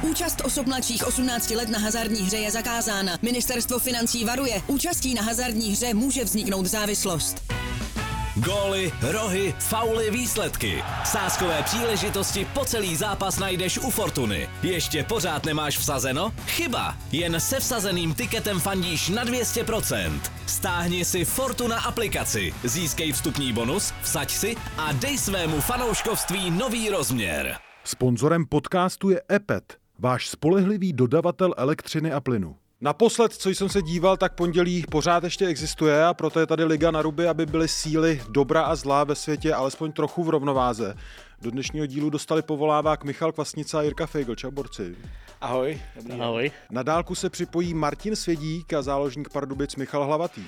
Účast osob mladších 18 let na hazardní hře je zakázána. Ministerstvo financí varuje, účastí na hazardní hře může vzniknout závislost. Góly, rohy, fauly, výsledky. Sázkové příležitosti po celý zápas najdeš u Fortuny. Ještě pořád nemáš vsazeno? Chyba! Jen se vsazeným tiketem fandíš na 200%. Stáhni si Fortuna aplikaci, získej vstupní bonus, vsaď si a dej svému fanouškovství nový rozměr. Sponzorem podcastu je EPET, váš spolehlivý dodavatel elektřiny a plynu. Naposled, co jsem se díval, tak pondělí pořád ještě existuje a proto je tady Liga na ruby, aby byly síly dobra a zlá ve světě alespoň trochu v rovnováze. Do dnešního dílu dostali povolávák Michal Kvasnica a Jirka Feigl. Čau, borci. Ahoj. Ahoj. Na dálku se připojí Martin Svědík a záložník Pardubic Michal Hlavatý.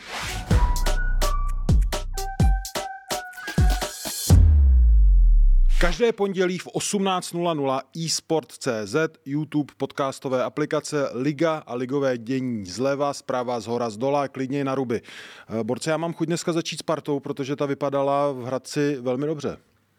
Každé pondělí v 18:00 eSport.cz, YouTube, podcastové aplikace, Liga a ligové dění zleva, zprava, zhora, zdola, klidně na ruby. Borce, já mám chuť dneska začít Spartou, protože ta vypadala v Hradci velmi dobře.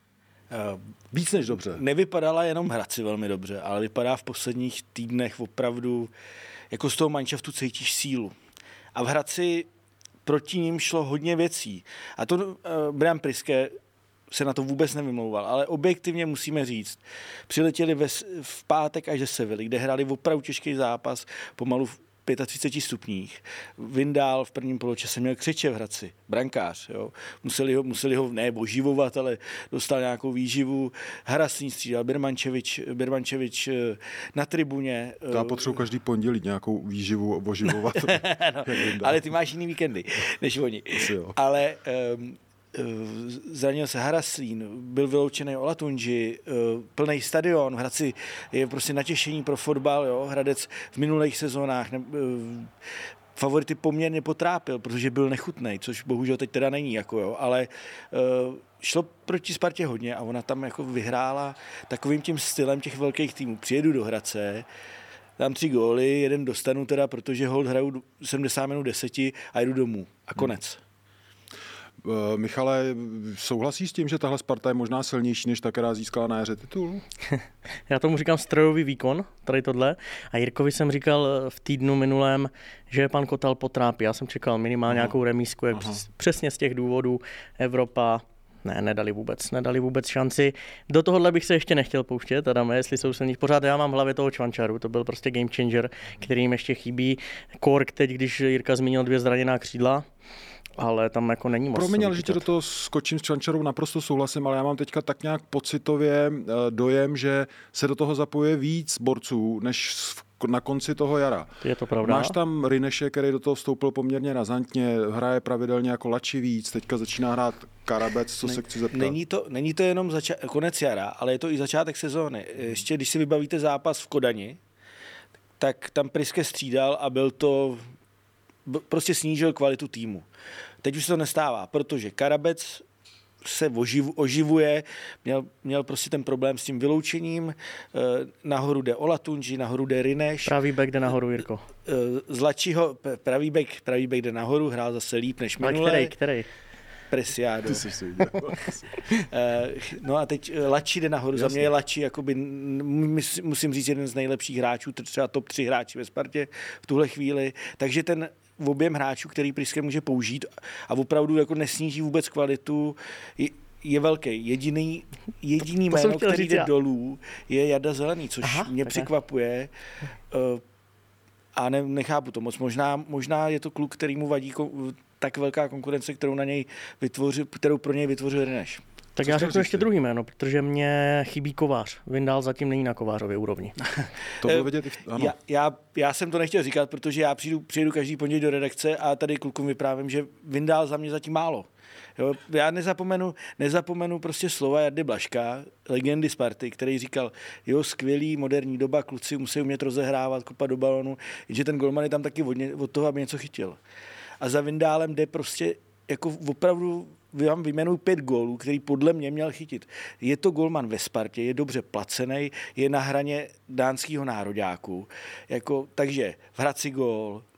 Víc než dobře. Nevypadala jenom v Hradci velmi dobře, ale vypadá v posledních týdnech opravdu, jako z toho manšaftu cítíš sílu. A v Hradci proti ním šlo hodně věcí. A to Brian Priske se na to vůbec nevymlouval, ale objektivně musíme říct, přiletěli v pátek až ze Sevilly, kde hráli opravdu těžký zápas, pomalu v 35 stupních. Vindál v prvním poločase měl křeče v Hradci, brankář, jo. Museli ho ne oživovat, ale dostal nějakou výživu. Haraslín střídal, Birmančevič na tribuně. To já potřebuji každý pondělí nějakou výživu oživovat. No, ale ty máš jiný víkendy, než oni. Ale zranil se Haraslín, byl vyloučený Olatunji, plný stadion, v Hradci je prostě natěšení pro fotbal, jo. Hradec v minulých sezónách favority poměrně potrápil, protože byl nechutnej, což bohužel teď teda není, jako jo, ale šlo proti Spartě hodně a ona tam jako vyhrála takovým tím stylem těch velkých týmů. Přijedu do Hradce, dám 3 góly, jeden dostanu teda, protože hold hraju 70 minut 10 a jdu domů a konec. Michale, souhlasíš s tím, že tahle Sparta je možná silnější, než ta, která získala na jaře titul? Já tomu říkám strojový výkon, tady tohle. A Jirkovi jsem říkal v týdnu minulém, že pan Kotal potrápí. Já jsem čekal minimálně nějakou remízku, jak přesně z těch důvodů Evropa. Ne, nedali vůbec šanci. Do tohohle bych se ještě nechtěl pouštět, Adame, jestli jsou silní. Pořád já mám v hlavě toho Čvančaru, to byl prostě game changer, který jim ještě chybí. Kork teď, když Jirka zmínil 2 zraněná křídla, ale tam jako není moc. Promiň, ale že tě do toho skočím s Čvančarou, naprosto souhlasím, ale já mám teďka tak nějak pocitově dojem, že se do toho zapojuje víc borců, než na konci toho jara. Je to pravda. Máš tam Rineše, který do toho vstoupil poměrně razantně, hraje pravidelně jako Lači víc, teďka začíná hrát Karabec, co se chci zeptat. Není to jenom konec jara, ale je to i začátek sezóny. Ještě když si vybavíte zápas v Kodani, tak tam Priske střídal a prostě snížil kvalitu týmu. Teď už se to nestává, protože Karabec se oživuje, měl prostě ten problém s tím vyloučením, nahoru jde Olatunji, nahoru jde Rineš. Pravý back jde nahoru, Jirko. Z Lačiho, pravý back jde nahoru, hrál zase líp než minule. Který? Presiado. No a teď Lači jde nahoru. Jasně. Za mě je Lači, jakoby, musím říct, jeden z nejlepších hráčů, třeba top 3 hráči ve Spartě v tuhle chvíli. Takže ten objem hráčů, který Priske může použít a opravdu jako nesníží vůbec kvalitu, je velký. Jediný jméno, který jde dolů, je Jarda Zelený, což mě překvapuje. A nechápu to moc. Možná je to kluk, který mu vadí tak velká konkurence, kterou pro něj vytvořil Rineš. Tak já řeknu ještě druhý jméno, protože mě chybí Kovář. Vindál zatím není na Kovářově úrovni. To bylo vidět, ano. Já jsem to nechtěl říkat, protože já přijedu každý pondělí do redakce a tady klukům vyprávím, že Vindál za mě zatím málo. Jo, já nezapomenu prostě slova Jardy Blažka, legendy Sparty, který říkal, skvělý, moderní doba, kluci musí umět rozehrávat, kopat do balonu, že ten golman je tam taky od toho, aby něco chytil. A za Vindálem jde prostě jako opravdu vám vyjmenuji 5 gólů, který podle mě měl chytit. Je to golman ve Spartě, je dobře placený, je na hraně dánského nároďáku. Takže v Hradci gól,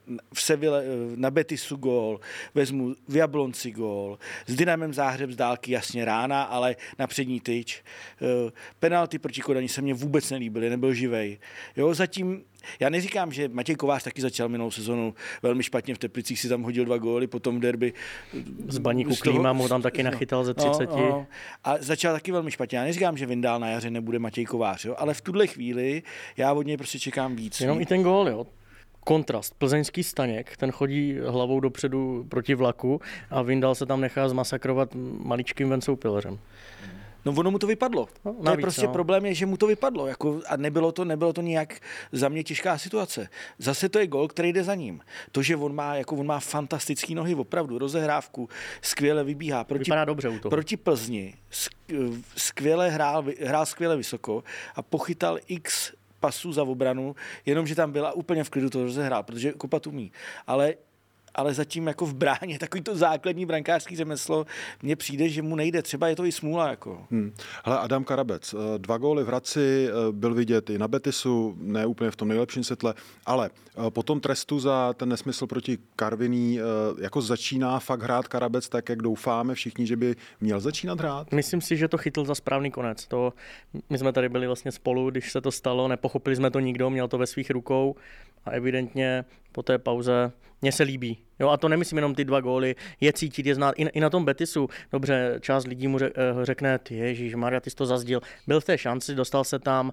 v Seville, na Betisu gól, vezmu v Jablonci gól, s Dynamem Záhřeb z dálky jasně rána, ale na přední tyč. Penalty proti Kodani se mně vůbec nelíbily, nebyl živej. Jo, zatím já neříkám, že Matěj Kovář taky začal minulou sezonu velmi špatně v Teplicích, si tam hodil 2 góly, potom v derby. Z Baníku Klíma mu tam taky nachytal ze 30. A začal taky velmi špatně. Já neříkám, že Vindál na jaře nebude Matěj Kovář, jo? Ale v tuhle chvíli já od něj prostě čekám víc. Jenom i ten gól, jo. Kontrast. Plzeňský Staněk, ten chodí hlavou dopředu proti vlaku a Vindal se tam nechá zmasakrovat maličkým Vencou Pileřem. No ono mu to vypadlo. Navíc, to je prostě problém, je, že mu to vypadlo. Jako, a nebylo to nějak za mě těžká situace. Zase to je gól, který jde za ním. To, že on má fantastický nohy, opravdu, rozehrávku, skvěle vybíhá. Vypadá dobře u toho. Proti Plzni skvěle hrál skvěle vysoko a pochytal x pasů za obranu, jenomže tam byla úplně v klidu to rozehrál, protože kopat umí. Ale zatím jako v bráně takový to základní brankářský řemeslo mně přijde, že mu nejde. Třeba je to i smůla. Jako. Hele, Adam Karabec, 2 góly v Hradci, byl vidět i na Betisu, ne úplně v tom nejlepším světle, ale po tom trestu za ten nesmysl proti Karviní jako začíná fakt hrát Karabec tak, jak doufáme všichni, že by měl začínat hrát? Myslím si, že to chytl za správný konec. My jsme tady byli vlastně spolu, když se to stalo, nepochopili jsme to nikdo, měl to ve svých rukou a evidentně po té pauze mně se líbí. Jo, a to nemyslím jenom ty 2 góly, je cítit, je znát. I na tom Betisu, dobře, část lidí mu řekne, ty ježišmarja, ty jsi to zazdil. Byl v té šanci, dostal se tam.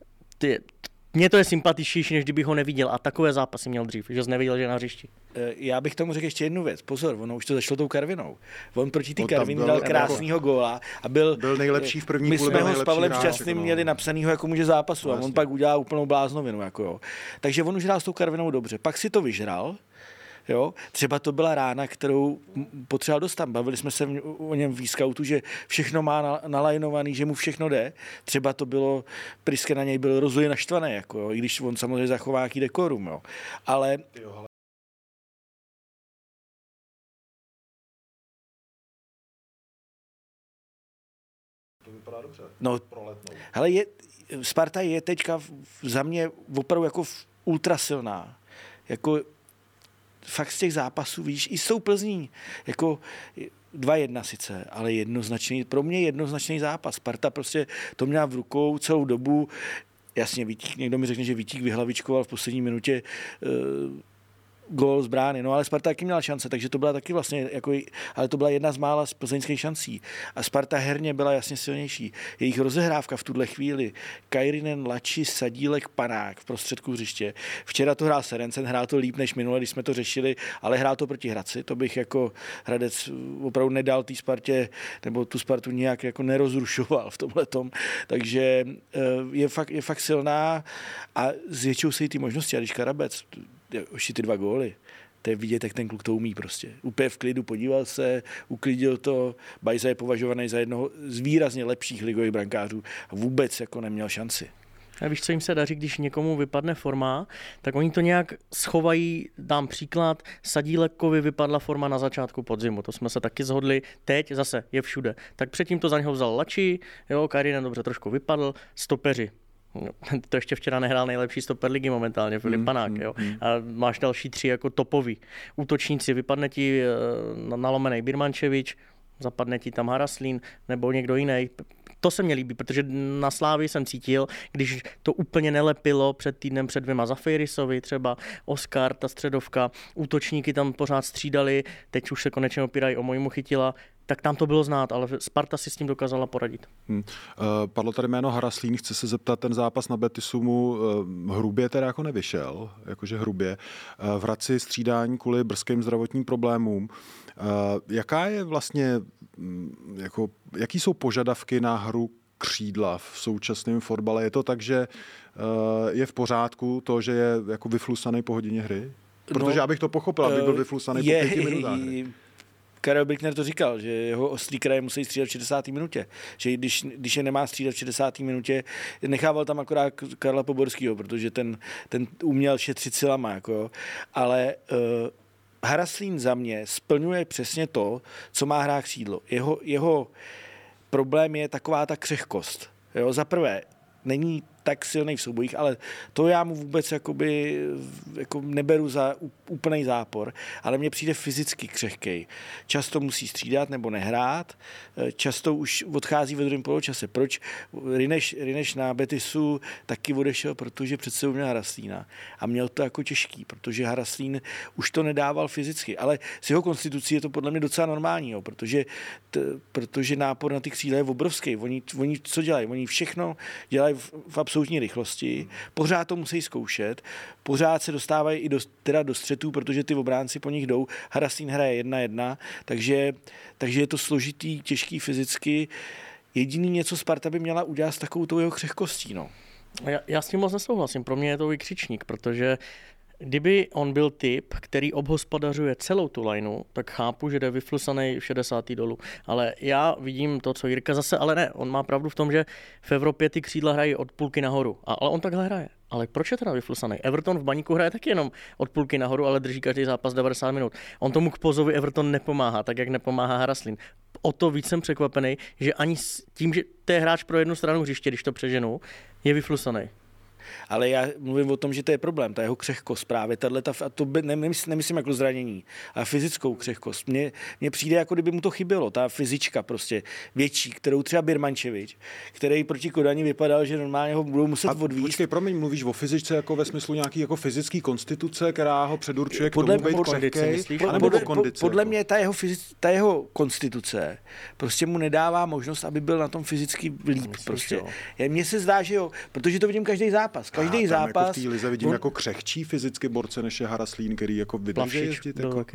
Mně to je sympatičnější, než kdybych ho neviděl. A takové zápasy měl dřív, že jsi neviděl, že je na hřišti. Já bych tomu řekl ještě jednu věc. Pozor, ono už to začalo tou Karvinou. On proti té Karvině dal krásnýho góla a byl nejlepší v první půli. My jsme ho s Pavlem hráč, Šťastným měli napsanýho jako muže zápasu a on pak udělal úplnou bláznovinu. Jako jo. Takže on už hrál s tou Karvinou dobře. Pak si to vyžral. Jo? Třeba to byla rána, kterou potřeboval dostat. Bavili jsme se o něm v výskautu, že všechno má nalajnovaný, že mu všechno jde. Třeba to bylo, Priske na něj byl rozhodně naštvaný, jako, jo? I když on samozřejmě zachová nějaký dekorum. Jo? Ale to vypadá dobře. No, hele, Sparta je teďka za mě opravdu jako ultra silná. Jako fakt z těch zápasů, víš, i s tou Plzní, jako 2-1 sice, ale pro mě jednoznačný zápas. Sparta prostě to měla v rukou celou dobu. Jasně, někdo mi řekne, že Vítík vyhlavičkoval v poslední minutě gól z brány, no ale Sparta taky měla šance, takže to byla taky vlastně, ale to byla jedna z mála z plzeňských šancí. A Sparta herně byla jasně silnější. Jejich rozehrávka v tuhle chvíli, Kairinen, Lači, Sadílek, Panák v prostředku hřiště. Včera to hrál Serencen, hrál to líp než minule, když jsme to řešili, ale hrál to proti Hradci. To bych jako Hradec opravdu nedal té Spartě, nebo tu Spartu nějak jako nerozrušoval v tomhletom. Takže je fakt silná a zvětšou se jí ty možnosti. A když Karabec už ty 2 góly, to je vidět, jak ten kluk to umí prostě. Úplně v klidu podíval se, uklidil to, Bajza je považovaný za jednoho z výrazně lepších ligových brankářů a vůbec jako neměl šanci. A víš, co jim se daří, když někomu vypadne forma, tak oni to nějak schovají, dám příklad, Sadílekovi vypadla forma na začátku podzimu, to jsme se taky shodli, teď zase je všude. Tak předtím to za něho vzal Lači, jo, Kairinen dobře trošku vypadl, stopeři. To ještě včera nehrál nejlepší stoper ligy momentálně, Filip Panák, jo. A máš další 3 jako topoví. Útočníci, vypadne ti nalomenej Birmančevič, zapadne ti tam Haraslín nebo někdo jiný. To se mně líbí, protože na Slávii jsem cítil, když to úplně nelepilo před týdnem před 2 Zafirisovi, třeba Oskar, ta středovka, útočníky tam pořád střídali, teď už se konečně opírají o Mojmu Chytila, tak tam to bylo znát, ale Sparta si s tím dokázala poradit. Padlo tady jméno Haraslín, chci se zeptat, ten zápas na Betisu mu hrubě teda jako nevyšel, jakože hrubě. V Hradci střídání kvůli brzkým zdravotním problémům. Jaká je vlastně, jako, jaký jsou požadavky na hru křídla v současném fotbale? Je to tak, že je v pořádku to, že je jako vyflusaný po hodině hry? Protože já bych to pochopil, aby byl vyflusaný po 5 minutách hry. Karel Bickner to říkal, že jeho ostrý kraje musí střídat v 60. minutě. Že když je nemá střídat v 60. minutě, nechával tam akorát Karla Poborskýho, protože ten uměl šetřit silama. Jako, ale Haraslín za mě splňuje přesně to, co má hrát křídlo. Jeho problém je taková ta křehkost. Jo, za prvé, není tak silný v soubojích, ale to já mu vůbec jakoby, jako neberu za úplný zápor, ale mně přijde fyzicky křehkej. Často musí střídat nebo nehrát, často už odchází ve druhém poločase. Proč Rineš na Betisu taky odešel, protože před sebou měl Haraslína a měl to jako těžký, protože Haraslín už to nedával fyzicky, ale s jeho konstitucí je to podle mě docela normální, jo, protože nápor na ty křídla je obrovský. Oni co dělají? Oni všechno dělají v absolutní rychlosti, pořád to musí zkoušet, pořád se dostávají i do střetů, protože ty obránci po nich jdou. Haraslín hraje 1-1, takže je to složitý, těžký fyzicky. Jediný něco Sparta by měla udělat s takovou tou jeho křehkostí. No. Já s tím moc nesouhlasím. Pro mě je to vykřičník, protože kdyby on byl typ, který obhospodařuje celou tu lineu, tak chápu, že jde vyflusanej 60. dolů. Ale já vidím to, co Jirka zase, ale ne, on má pravdu v tom, že v Evropě ty křídla hrají od půlky nahoru. Ale on takhle hraje. Ale proč je teda vyflusanej? Everton v Baníku hraje taky jenom od půlky nahoru, ale drží každý zápas 90 minut. On tomu k Pozovi Everton nepomáhá, tak jak nepomáhá Haraslín. O to víc jsem překvapený, že ani s tím, že to je hráč pro jednu stranu hřiště, když to přeženou, je vyflusanej. Ale já mluvím o tom, že to je problém, ta jeho křehkost právě, a to nemyslím jako zranění, ale fyzickou křehkost. Mně přijde, jako kdyby mu to chybělo, ta fyzička prostě větší, kterou třeba Birmančevič, který proti Kodani vypadal, že normálně ho budou muset odvízt. Počkej, promiň, mluvíš o fyzičce jako ve smyslu nějaký jako fyzický konstituce, která ho předurčuje k tomu být křehkej, anebo po kondici? Podle mě ta jeho konstituce prostě mu nedává možnost, aby byl na tom fyzicky líp. Prostě. Mně se zdá, že jo, protože to vidím každý zápas. Každý zápas. Jako v té lize vidím jako křehčí fyzicky borce, než je Haraslín, který jako vydrží jezdit. Jako...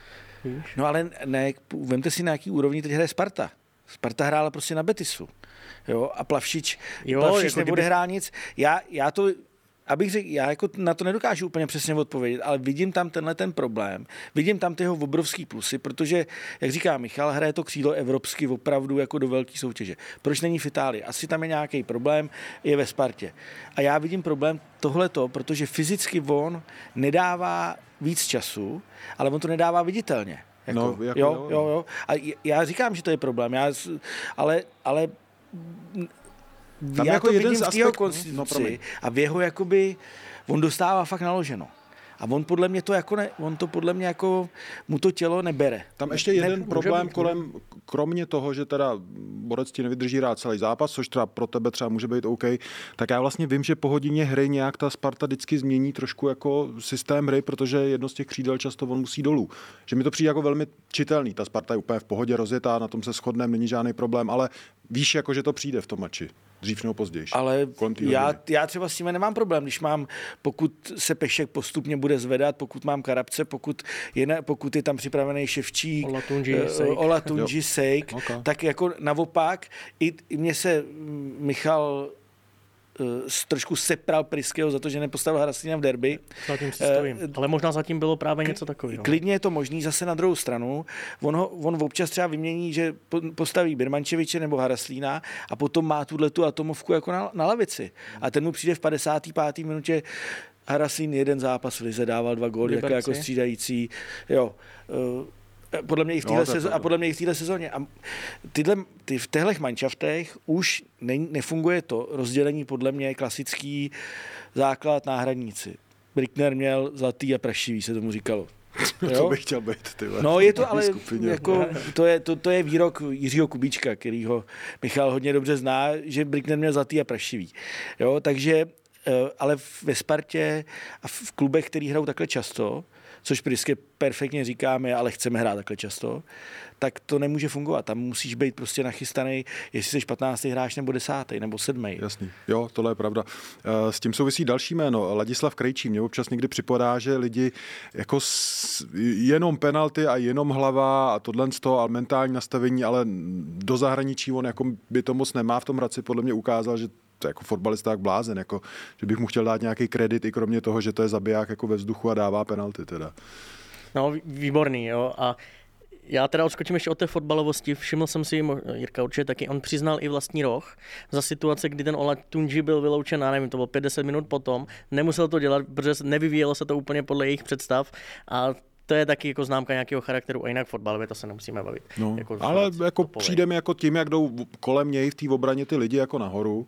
No ale ne, vemte si, na jaký úrovni teď hraje Sparta. Sparta hrála prostě na Betisu. Jo, a Plavšič jako nebude hrát nic. Já to... Abych řekl, já jako na to nedokážu úplně přesně odpovědět, ale vidím tam ten problém, vidím tam ty jeho obrovský plusy, protože, jak říká Michal, hraje to křídlo evropsky opravdu jako do velké soutěže. Proč není v Itálii? Asi tam je nějaký problém, je ve Spartě. A já vidím problém tohleto, protože fyzicky on nedává víc času, ale on to nedává viditelně. Jako, no, jako jo. A já říkám, že to je problém, ale tam já jako to jeden vidím z v jeho konstituci a v jeho jakoby, on dostává fakt naloženo. A on podle mě to jako on to podle mě jako mu to tělo nebere. Tam ještě jeden problém kromě toho, že teda borec ti nevydrží rád celý zápas, což třeba pro tebe třeba může být OK, tak já vlastně vím, že po hodině hry nějak ta Sparta vždycky změní trošku jako systém hry, protože jedno z těch křídel často on musí dolů. Že mi to přijde jako velmi čitelný. Ta Sparta je úplně v pohodě rozjetá, na tom se shodneme, není žádný problém, ale víš, jako že to přijde v tom mači. Dřív nebo později. Ale já třeba s tím nemám problém, když pokud se Pešek postupně bude zvedat, pokud mám Karabce, pokud je tam připravený Ševčík, Olatunji, Sejk, okay. Tak jako naopak, i mě se Michal trošku sepral Pryského za to, že nepostavil Haraslína v derby. Zatím si stojím. Ale možná zatím bylo právě něco takového. Klidně je to možný, zase na druhou stranu. On občas třeba vymění, že postaví Birmančeviče nebo Haraslína a potom má tu atomovku jako na lavici. A ten mu přijde v 55. minutě. Haraslín jeden zápas v lize dával 2 góly jako střídající. Jo. Podle mě i v téhle sezóně. A v těchto manšaftech už nefunguje to rozdělení podle mě klasický základ náhradníci. Brickner měl zlatý a prašivý, se tomu říkalo. Co bych chtěl být, ty. No je to, ale jako, to je výrok Jiřího Kubíčka, kterýho Michal hodně dobře zná, že Brickner měl zlatý a prašivý. Jo, takže, ale ve Spartě a v klubech, který hrajou takhle často, což Pryské perfektně říkáme, ale chceme hrát takhle často, tak to nemůže fungovat. Tam musíš být prostě nachystaný, jestli jsi 15. hráč nebo 10. nebo 7. Jasný. Jo, tohle je pravda. S tím souvisí další jméno, Ladislav Krejčí. Mě občas někdy připadá, že lidi jako jenom penalty a jenom hlava a tohle z toho a mentální nastavení, ale do zahraničí on jako by to moc nemá. V tom Hradci podle mě ukázal, že to jako fotbalista jak blázen, jako, že bych mu chtěl dát nějaký kredit i kromě toho, že to je zabiják jako ve vzduchu a dává penalty teda. No, výborný, jo. A já teda odskočím ještě od té fotbalovosti. Všiml jsem si, Jirka určitě taky, on přiznal i vlastní roh za situace, kdy ten Olatunji byl vyloučen, nevím, to bylo 50 minut potom. Nemusel to dělat, protože nevyvíjelo se to úplně podle jejich představ a to je taky jako známka nějakého charakteru a jinak fotbalově to se nemusíme bavit. No, jako ale jako přijde mi jako tím, jak jdou kolem něj v té obraně ty lidi jako nahoru,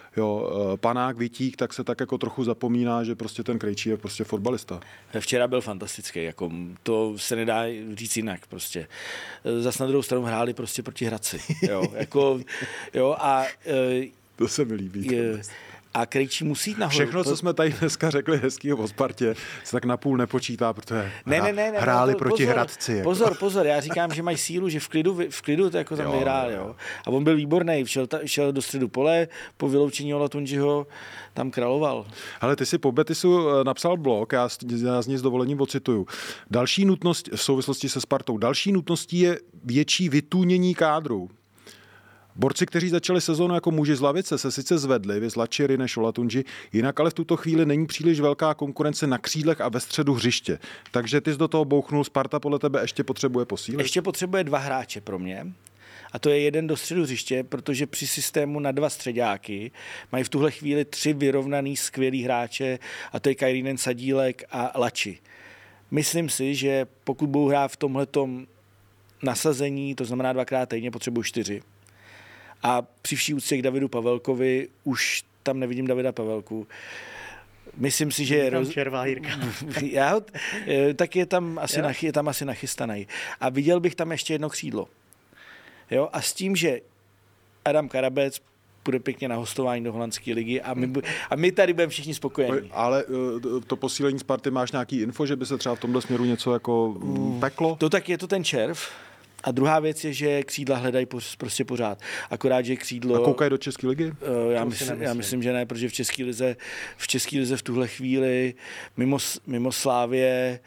jo, Panák, Vítík, tak se tak jako trochu zapomíná, že prostě ten Krejčí je prostě fotbalista. Včera byl fantastický, jako to se nedá říct jinak prostě. Zas na druhou stranu hráli prostě proti Hradci, jo, jako, jo, a to se mi líbí. A Krejčí musí jít nahoru. Všechno, co jsme tady dneska řekli hezkýho o Spartě, se tak napůl nepočítá, protože hráli proti Hradci. Jako. Pozor, já říkám, že mají sílu, že v klidu to jako tam vyhráli. Jo. A on byl výborný, šel do středu pole, po vyloučení Olatunjiho tam královal. Ale ty si po Betisu napsal blog, já z něj s dovolením ocituju. Další nutnost v souvislosti se Spartou, další nutností je větší vytůnění kádru. Borci, kteří začali sezónu jako muži z lavice, se sice zvedli, viz Lačery než Olatunji, jinak ale v tuto chvíli není příliš velká konkurence na křídlech a ve středu hřiště. Takže ty jsi do toho bouchnul, Sparta podle tebe ještě potřebuje posílit? Ještě potřebuje 2 hráče pro mě. A to je jeden do středu hřiště, protože při systému na 2 středáky mají v tuhle chvíli 3 vyrovnaný skvělý hráče, a to je Kairinen, Sadílek a Lači. Myslím si, že pokud budou hrát v tomhletom nasazení, to znamená 2krát týdně, potřebují 4. A při vší úctě k Davidu Pavelkovi už tam nevidím Davida Pavelku. Myslím si, že je červá Jirka. Tak je tam asi nachystaný. A viděl bych tam ještě jedno křídlo. Jo? A s tím, že Adam Karabec půjde pěkně na hostování do holandské ligy a my tady budeme všichni spokojení. Ale to posílení Sparty, máš nějaký info, že by se třeba v tomhle směru něco jako peklo? To tak je to ten červ. A druhá věc je, že křídla hledají prostě pořád. Akorát, že křídlo... A koukají do České ligy? Já myslím, že ne, protože v České lize v tuhle chvíli mimo Slávě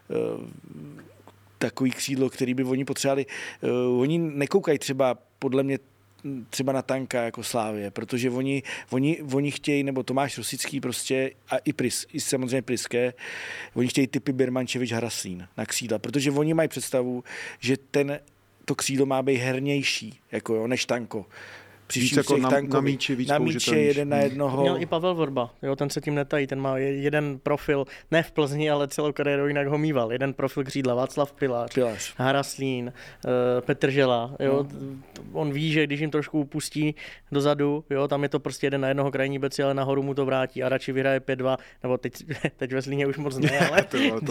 takový křídlo, který by oni potřebovali. Oni nekoukají třeba podle mě třeba na Tanka jako Slávě, protože oni chtějí, nebo Tomáš Rosický prostě a i samozřejmě Priské, oni chtějí typy Birmančevič, Haraslín na křídla, protože oni mají představu, že to křídlo má být hernější, jako jo, než Tanko. Víc jako na míči, víc na míči 1 na 1. Měl i Pavel Vorba, jo, ten se tím netají, ten má jeden profil, ne v Plzni, ale celou kariéru jinak ho mýval. Jeden profil křídla, Václav Pilář. Haraslín, Petržela, jo, on ví, že když jim trošku upustí dozadu, jo, tam je to prostě 1 na 1 krajní beci, ale nahoru mu to vrátí a radši vyhraje 5-2, nebo teď ve Zlíně už moc ne, ale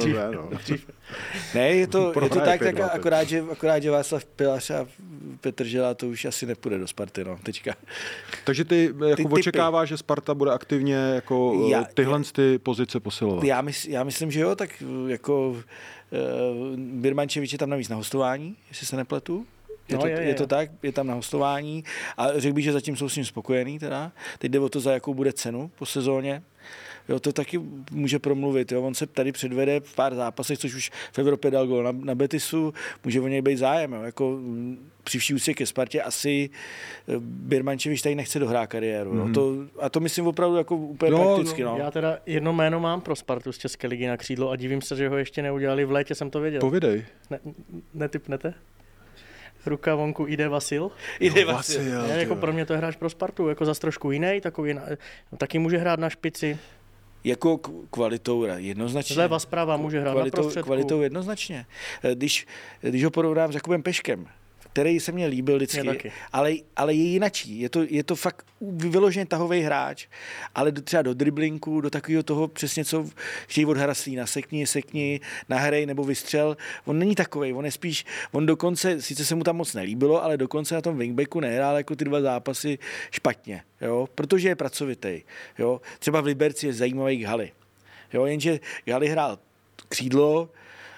ne, je to tak, akorát, že Václav Pilář a Petržela to už asi nepůjde do Sparty, no. Teďka. Takže ty očekáváš, že Sparta bude aktivně jako tyhle pozice posilovat? Já myslím, že jo, tak jako Birmančevič je tam navíc na hostování, jestli se nepletu. Je to tak, je tam na hostování a řekl bych, že zatím jsou s ním spokojený teda. Teď jde o to, za jakou bude cenu po sezóně. Jo, to taky může promluvit. Jo. On se tady předvede v pár zápasech, což už v Evropě dal gól na Betisu, může o něj být zájem. Jo. Jako při vší úctě ke Spartě asi Birmančevič tady nechce dohrát kariéru. Jo. A to myslím opravdu jako úplně prakticky. No. Já teda jedno jméno mám pro Spartu z České ligy na křídlo a divím se, že ho ještě neudělali. V létě jsem to věděl. Povidej. Netipnete? Ruka vonku Ide Vasil. Jako pro mě to je hráč pro Spartu, jako zas trošku jiný, taky může hrát na špici. Jako kvalitou jednoznačně. Zleva zprava může hrát na prostředku. Kvalitou jednoznačně. Když ho porovnám s Jakubem Peškem, který se mně líbil vždycky, ale je jinačí. Je to fakt vyloženě tahový hráč, ale třeba do driblinku, do takového toho přesně, co chtějí od Haraslína, sekni, nahrej nebo vystřel. On není takovej, on dokonce, sice se mu tam moc nelíbilo, ale dokonce na tom wingbacku nehrál jako ty 2 zápasy špatně, jo? Protože je pracovitý. Jo? Třeba v Liberci je zajímavý Ghali. Jo? Jenže Ghali hrál křídlo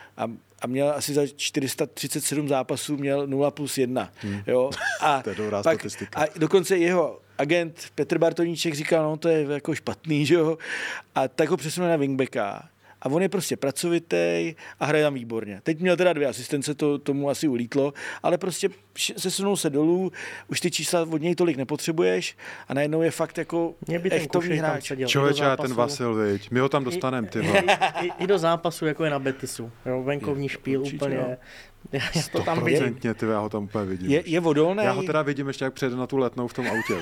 a měl asi za 437 zápasů měl 0+1. Jo? To je dobrá statistika. A dokonce jeho agent Petr Bartoníček říkal, no to je jako špatný, že jo? A tak ho přesunul na wingbacka. A on je prostě pracovitý a hraje tam výborně. Teď měl teda 2 asistence, tomu asi ulítlo, ale prostě sesunul se dolů, už ty čísla od něj tolik nepotřebuješ a najednou je fakt jako echtový hráč. Člověče, ten Vasil, viď, my ho tam dostaneme. I do zápasu, jako je na Betisu. Jo, venkovní špíl úplně. Jo. Já to tam vidím. Já ho tam úplně vidím. Je odolný. Já ho teda vidím ještě, jak přijede na tu Letnou v tom autě.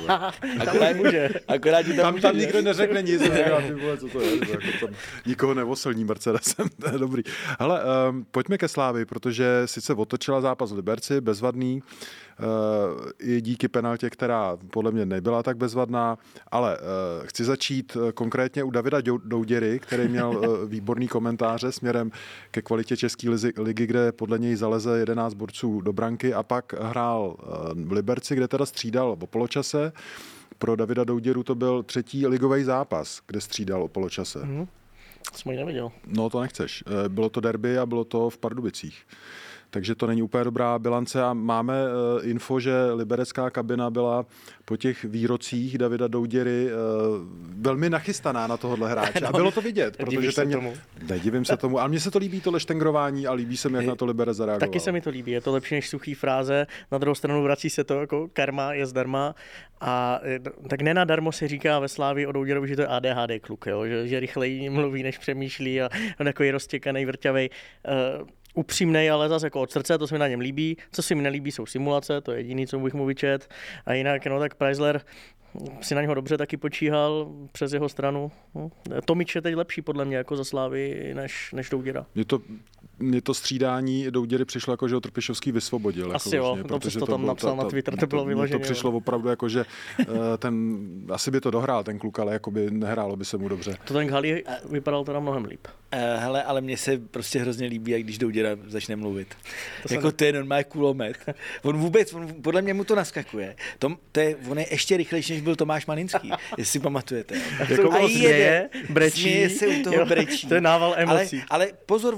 Akorát tam nikdo neřekne nic. Co to je? Tam nikoho nevosilní Mercedesem. To je dobrý. Hele, pojďme ke Slávii, protože sice otočila zápas v Liberci, bezvadný. i díky penaltě, která podle mě nebyla tak bezvadná, ale chci začít konkrétně u Davida Douděry, který měl výborný komentáře směrem ke kvalitě české ligy, kde podle něj zaleze 11 borců do branky a pak hrál v Liberci, kde teda střídal o poločase. Pro Davida Douděru to byl 3. ligový zápas, kde střídal o poločase. Jsem ji neviděl. No to nechceš. Bylo to derby a bylo to v Pardubicích. Takže to není úplně dobrá bilance a máme info, že liberecká kabina byla po těch výrocích Davida Douděry velmi nachystaná na tohohle hráče. A bylo to vidět, protože nedivím se tomu. Ale mně se to líbí, to leštengrování a líbí se mi, jak na to Liberec zareagoval. Taky se mi to líbí, je to lepší než suchý fráze. Na druhou stranu vrací se to jako karma je zdarma. A tak nenadarmo se říká ve Slávii o Douděrovi, že to je ADHD kluk, jo? Že rychleji mluví, než přemýšlí a on takový roztěkaný, vrťavej. Upřímnej, ale zase jako od srdce, to se mi na něm líbí. Co se mi nelíbí, jsou simulace, to je jediný, co bych mu vyčet. A jinak, no tak Preisler si na něho dobře taky počíhal přes jeho stranu. Tomič je teď lepší podle mě jako za Slávy než Douděra. Mně to střídání Douděry přišlo jako, že ho Trpišovský vysvobodil. Asi jako jo, protože to tam napsal na Twitter, to bylo vyloženě. To přišlo opravdu jako, že asi by to dohrál ten kluk, ale jako by nehrálo by se mu dobře. To ten Ghali vypadal teda mnohem líp. Hele, ale mně se prostě hrozně líbí, jak když Douděra začne mluvit. Jako to je normální kulomet. On podle mě mu to naskakuje. On je ještě rychlejší, než byl Tomáš Maninský, jestli si pamatujete. Jako a jede, brečí. Směje se u toho, brečí. To je nával emocí. Ale pozor,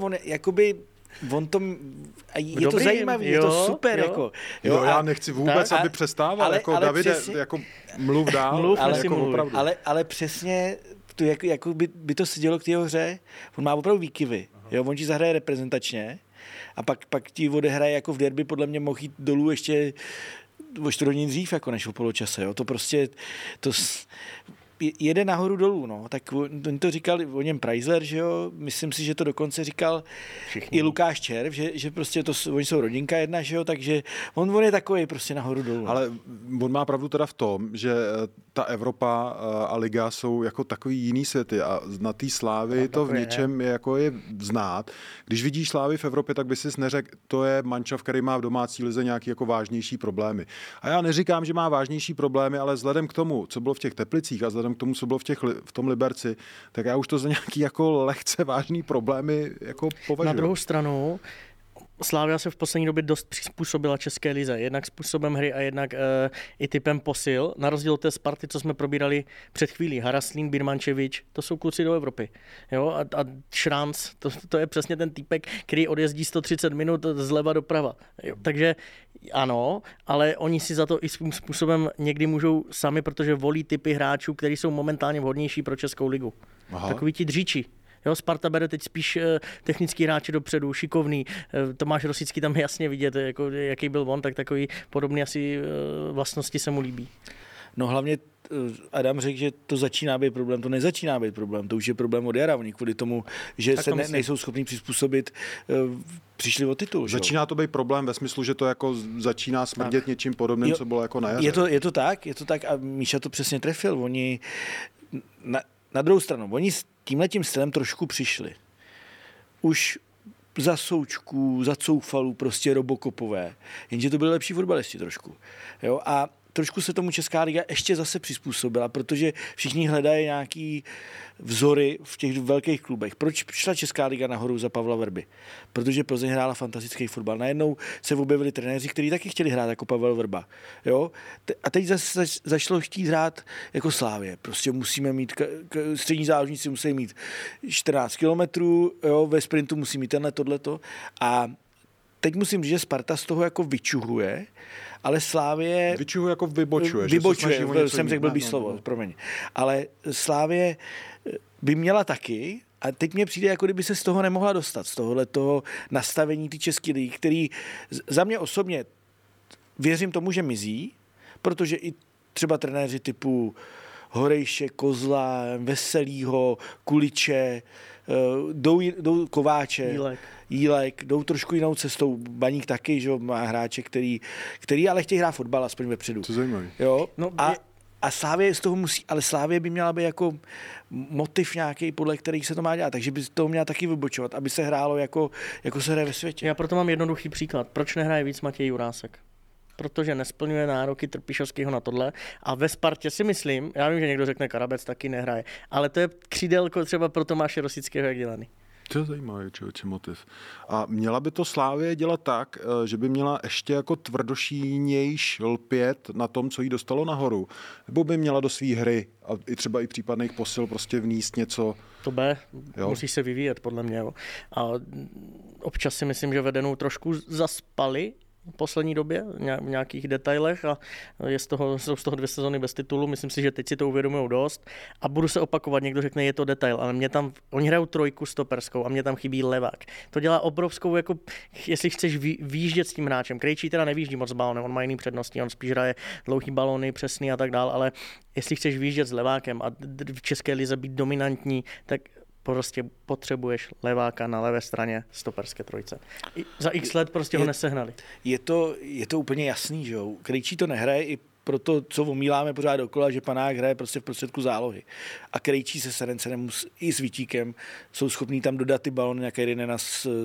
je to zajímavé, je to super. Jo, já nechci vůbec, aby přestával. Jako Davide, přesně, jako mluv dál. Ale přesně to, jako by to sedělo k té hře. On má opravdu výkyvy. Jo, on ti zahraje reprezentačně a pak ti odehraje jako v derby, podle mě mohl jít dolů ještě o 4 hodin dřív, jako než o poločase. Jo. To prostě jede nahoru dolů, no. Tak on to říkal o něm Preisler, že jo, myslím si, že to dokonce říkal všichni. I Lukáš Červ, že prostě oni jsou rodinka jedna, že jo, takže on je takový prostě nahoru dolů. Ale on má pravdu teda v tom, že ta Evropa a liga jsou jako takový jiný světy a na té Slávy to v něčem je znát. Když vidíš Slávy v Evropě, tak by si neřekl, to je mančav, který má v domácí lize nějaký jako vážnější problémy. A já neříkám, že má vážnější problémy, ale vzhledem k tomu, co bylo v těch Teplicích a vzhledem k tomu, co bylo v tom Liberci, tak já už to za nějaký jako lehce vážný problémy jako považuji. Na druhou stranu Slavia se v poslední době dost přizpůsobila české lize. Jednak způsobem hry a jednak i typem posil. Na rozdíl od té Sparty, co jsme probírali před chvílí. Haraslín, Birmančevič, to jsou kluci do Evropy. Jo? A Šranc, to je přesně ten týpek, který odjezdí 130 minut zleva doprava. Jo? Takže ano, ale oni si za to i svým způsobem někdy můžou sami, protože volí typy hráčů, kteří jsou momentálně vhodnější pro Českou ligu. Aha. Takový ti dříči. Jo, Sparta bere teď spíš technický hráči dopředu, šikovný. Tomáš Rosický tam jasně vidět, jako, jaký byl on, tak takový podobný asi vlastnosti se mu líbí. No hlavně Adam řekl, že to začíná být problém, to nezačíná být problém, to už je problém od jara, oni kvůli tomu, že tak se nejsou schopni přizpůsobit, přišli o titul. Začíná to být problém ve smyslu, že to jako začíná smrdět něčím podobným, co bylo jako na jaře. Je to tak a Míša to přesně trefil, oni na druhou stranu, oni s tímhletím stylem trošku přišli. Už za Součků, za Coufalů, prostě Robokopové, jenže to byli lepší fotbalisti trošku. Jo? A trošku se tomu Česká liga ještě zase přizpůsobila, protože všichni hledají nějaký vzory v těch velkých klubech. Proč šla Česká liga nahoru za Pavla Vrby? Protože Plzeň hrála fantastický fotbal. Najednou se objevili trenéři, kteří taky chtěli hrát jako Pavel Vrba. Jo? A teď zase zašlo chtít hrát jako Slávě. Prostě musíme mít, střední záložníci musí mít 14 kilometrů, ve sprintu musí mít tohleto. A teď musím říct, že Sparta z toho jako vyčuhuje, ale Slávě... Vyčuhuje jako vybočuje. Jsem řekl blbý slovo, promiň. Ale Slávě by měla taky, a teď mně přijde, jako kdyby se z toho nemohla dostat, z tohohletoho nastavení té české ligy, který za mě osobně věřím tomu, že mizí, protože i třeba trenéři typu Horejše, Kozla, Veselýho, Kuliče, jdou Kováče, Jílek, jdou trošku jinou cestou. Baník taky, že má hráče, který ale chtějí hrát fotbal aspoň vepředu. To zajímavé. Jo? No, a Slávě z toho musí, ale Slávě by měla být jako motiv nějaký, podle kterých se to má dělat, takže by toho měla taky vybočovat, aby se hrálo jako se hraje ve světě. Já proto mám jednoduchý příklad. Proč nehraje víc Matěj Jurásek? protože nesplňuje nároky Trpišovského na tohle. A ve Spartě si myslím, já vím, že někdo řekne Karabec taky nehraje, ale to je křídelko třeba pro Tomáše Rosického jak dělaný. To je zajímavý člověče motiv. A měla by to Slávie dělat tak, že by měla ještě jako tvrdošínějš lpět na tom, co jí dostalo nahoru? Nebo by měla do své hry a i třeba i případných posil prostě vníst něco? To B, musí se vyvíjet podle mě. Jo. A občas si myslím, že vedenou trošku zaspali v poslední době v nějakých detailech a jsou z toho 2 sezony bez titulu. Myslím si, že teď si to uvědomují dost a budu se opakovat, někdo řekne, je to detail, ale mě tam, oni hrajou 3 stoperskou a mě tam chybí levák. To dělá obrovskou, jako jestli chceš výjíždět s tím hráčem. Krejčí teda nevýjíždí moc balónem, on má jiný přednosti, on spíš hraje dlouhý balóny, přesný a tak dál, ale jestli chceš výjíždět s levákem a v české lize být dominantní, tak prostě potřebuješ leváka na levé straně stoperské trojce. Za x let prostě ho nesehnali. Je to úplně jasný, že jo. Krejčí to nehraje i pro to, co omíláme pořád dokola, že Panák hraje prostě v prostředku zálohy. A Krejčí se Serencenem i s Vítíkem jsou schopní tam dodat ty balony nějaké Rinena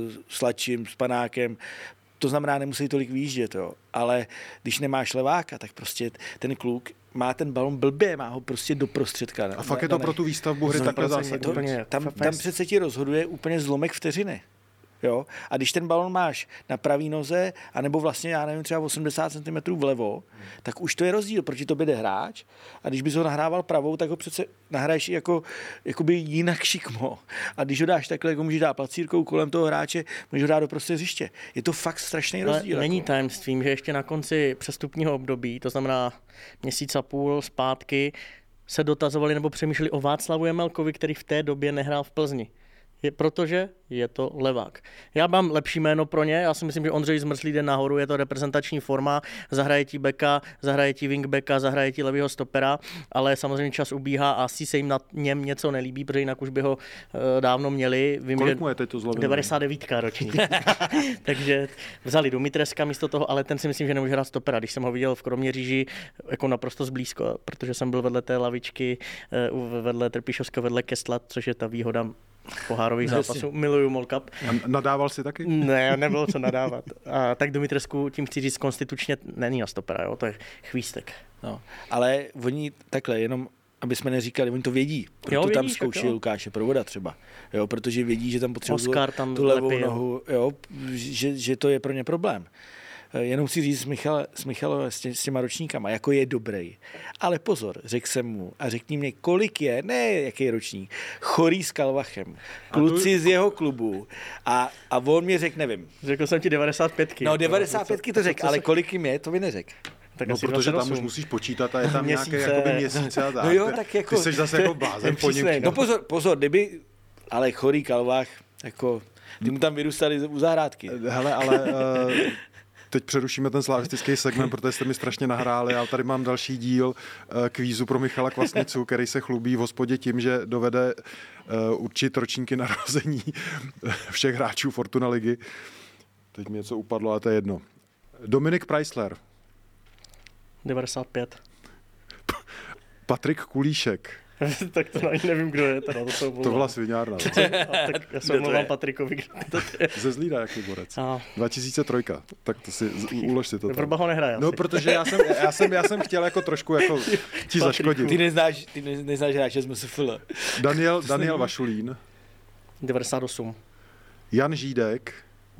s Lačím, s Panákem. To znamená, nemusí tolik výjíždět, jo. Ale když nemáš leváka, tak prostě ten kluk má ten balon blbě, má ho prostě do prostředka. A fakt je to pro tu výstavbu hry takhle zásadní. Tam přece ti rozhoduje úplně zlomek vteřiny. Jo? A když ten balon máš na pravý noze, anebo vlastně, já nevím, třeba 80 cm vlevo, tak už to je rozdíl, proti tobě jde hráč. A když bys ho nahrával pravou, tak ho přece nahraješ jakoby jinak šikmo. A když ho dáš takhle, jako můžeš dát placírkou kolem toho hráče, můžeš ho dát do prostého hřiště. Je to fakt strašný rozdíl. Není tajemstvím, že ještě na konci přestupního období, to znamená měsíc a půl zpátky, se dotazovali nebo přemýšleli o Václavu Jemelkovi, který v té době nehrál v Plzni. Protože je to levák. Já mám lepší jméno pro ně, já si myslím, že Ondřej Zmrzlý jde nahoru, je to reprezentační forma, zahraje ti beka, zahraje ti wingbacka, zahraje ti levýho stopera, ale samozřejmě čas ubíhá a asi se jim na něm něco nelíbí, protože jinak už by ho dávno měli. Vím, kolik že mu je teď to zlověné? 99 ročník. Takže vzali Dumitreska místo toho, ale ten si myslím, že nemůže hrát stopera. Když jsem ho viděl v Kroměříži jako naprosto zblízko, protože jsem byl vedle té lavičky, vedle Trpišovska, vedle Kestla, což je ta výhoda pohárových zápasů. Miluju Mall Cup. Nadával si taky? Ne, nebylo co nadávat. A tak Dumitrescu, tím chci říct, konstitučně není na stopera, jo? To je chvístek. No, ale oni takhle, jenom aby jsme neříkali, oni to vědí. Proto tam zkoušeli Lukáše Provoda třeba. Jo, protože vědí, že tam potřebují tu levou nohu, jo, že to je pro ně problém. Jenom si říct s Michalem s těma ročníkama, jako je dobrý. Ale pozor, řekl jsem mu a řekni mě, kolik je, ne jaký ročník, Chorý s Kalvachem, kluci z jeho klubu a on mě řekl, nevím. Řekl jsem ti 95. No 95 to řekl, ale kolik jim je, to mi neřekl. Tak no, protože 28. tam už musíš počítat a je tam nějaké jakoby měsíce a tak. No jo, tak jako... Ty jsi zase jako blázen po něm. No pozor, kdyby... Ale Chorý Kalvach, jako... Ty mu tam vyrůstali u zahrádky. Hele, ale... Teď přerušíme ten slavistický segment, protože jste mi strašně nahráli, ale tady mám další díl kvízu pro Michala Kvasnicu, který se chlubí v hospodě tím, že dovede určit ročníky narození všech hráčů Fortuna ligy. Teď mi něco upadlo, ale to je jedno. Dominik Preissler. 95. Patrik Kulíšek. Tak to ani nevím, kdo je. Teda, to byla sviňárna. Tak já se omlouvám Patrikovi. Ze Zlína, jaký borec. 2003. Tak to si, ulož si to. Vrba ho nehraje. No, protože já jsem chtěl jako trošku jako ti zaškodit. Ty neznáš hráče z MSFL. Daniel Vašulín. 98. Jan Žídek.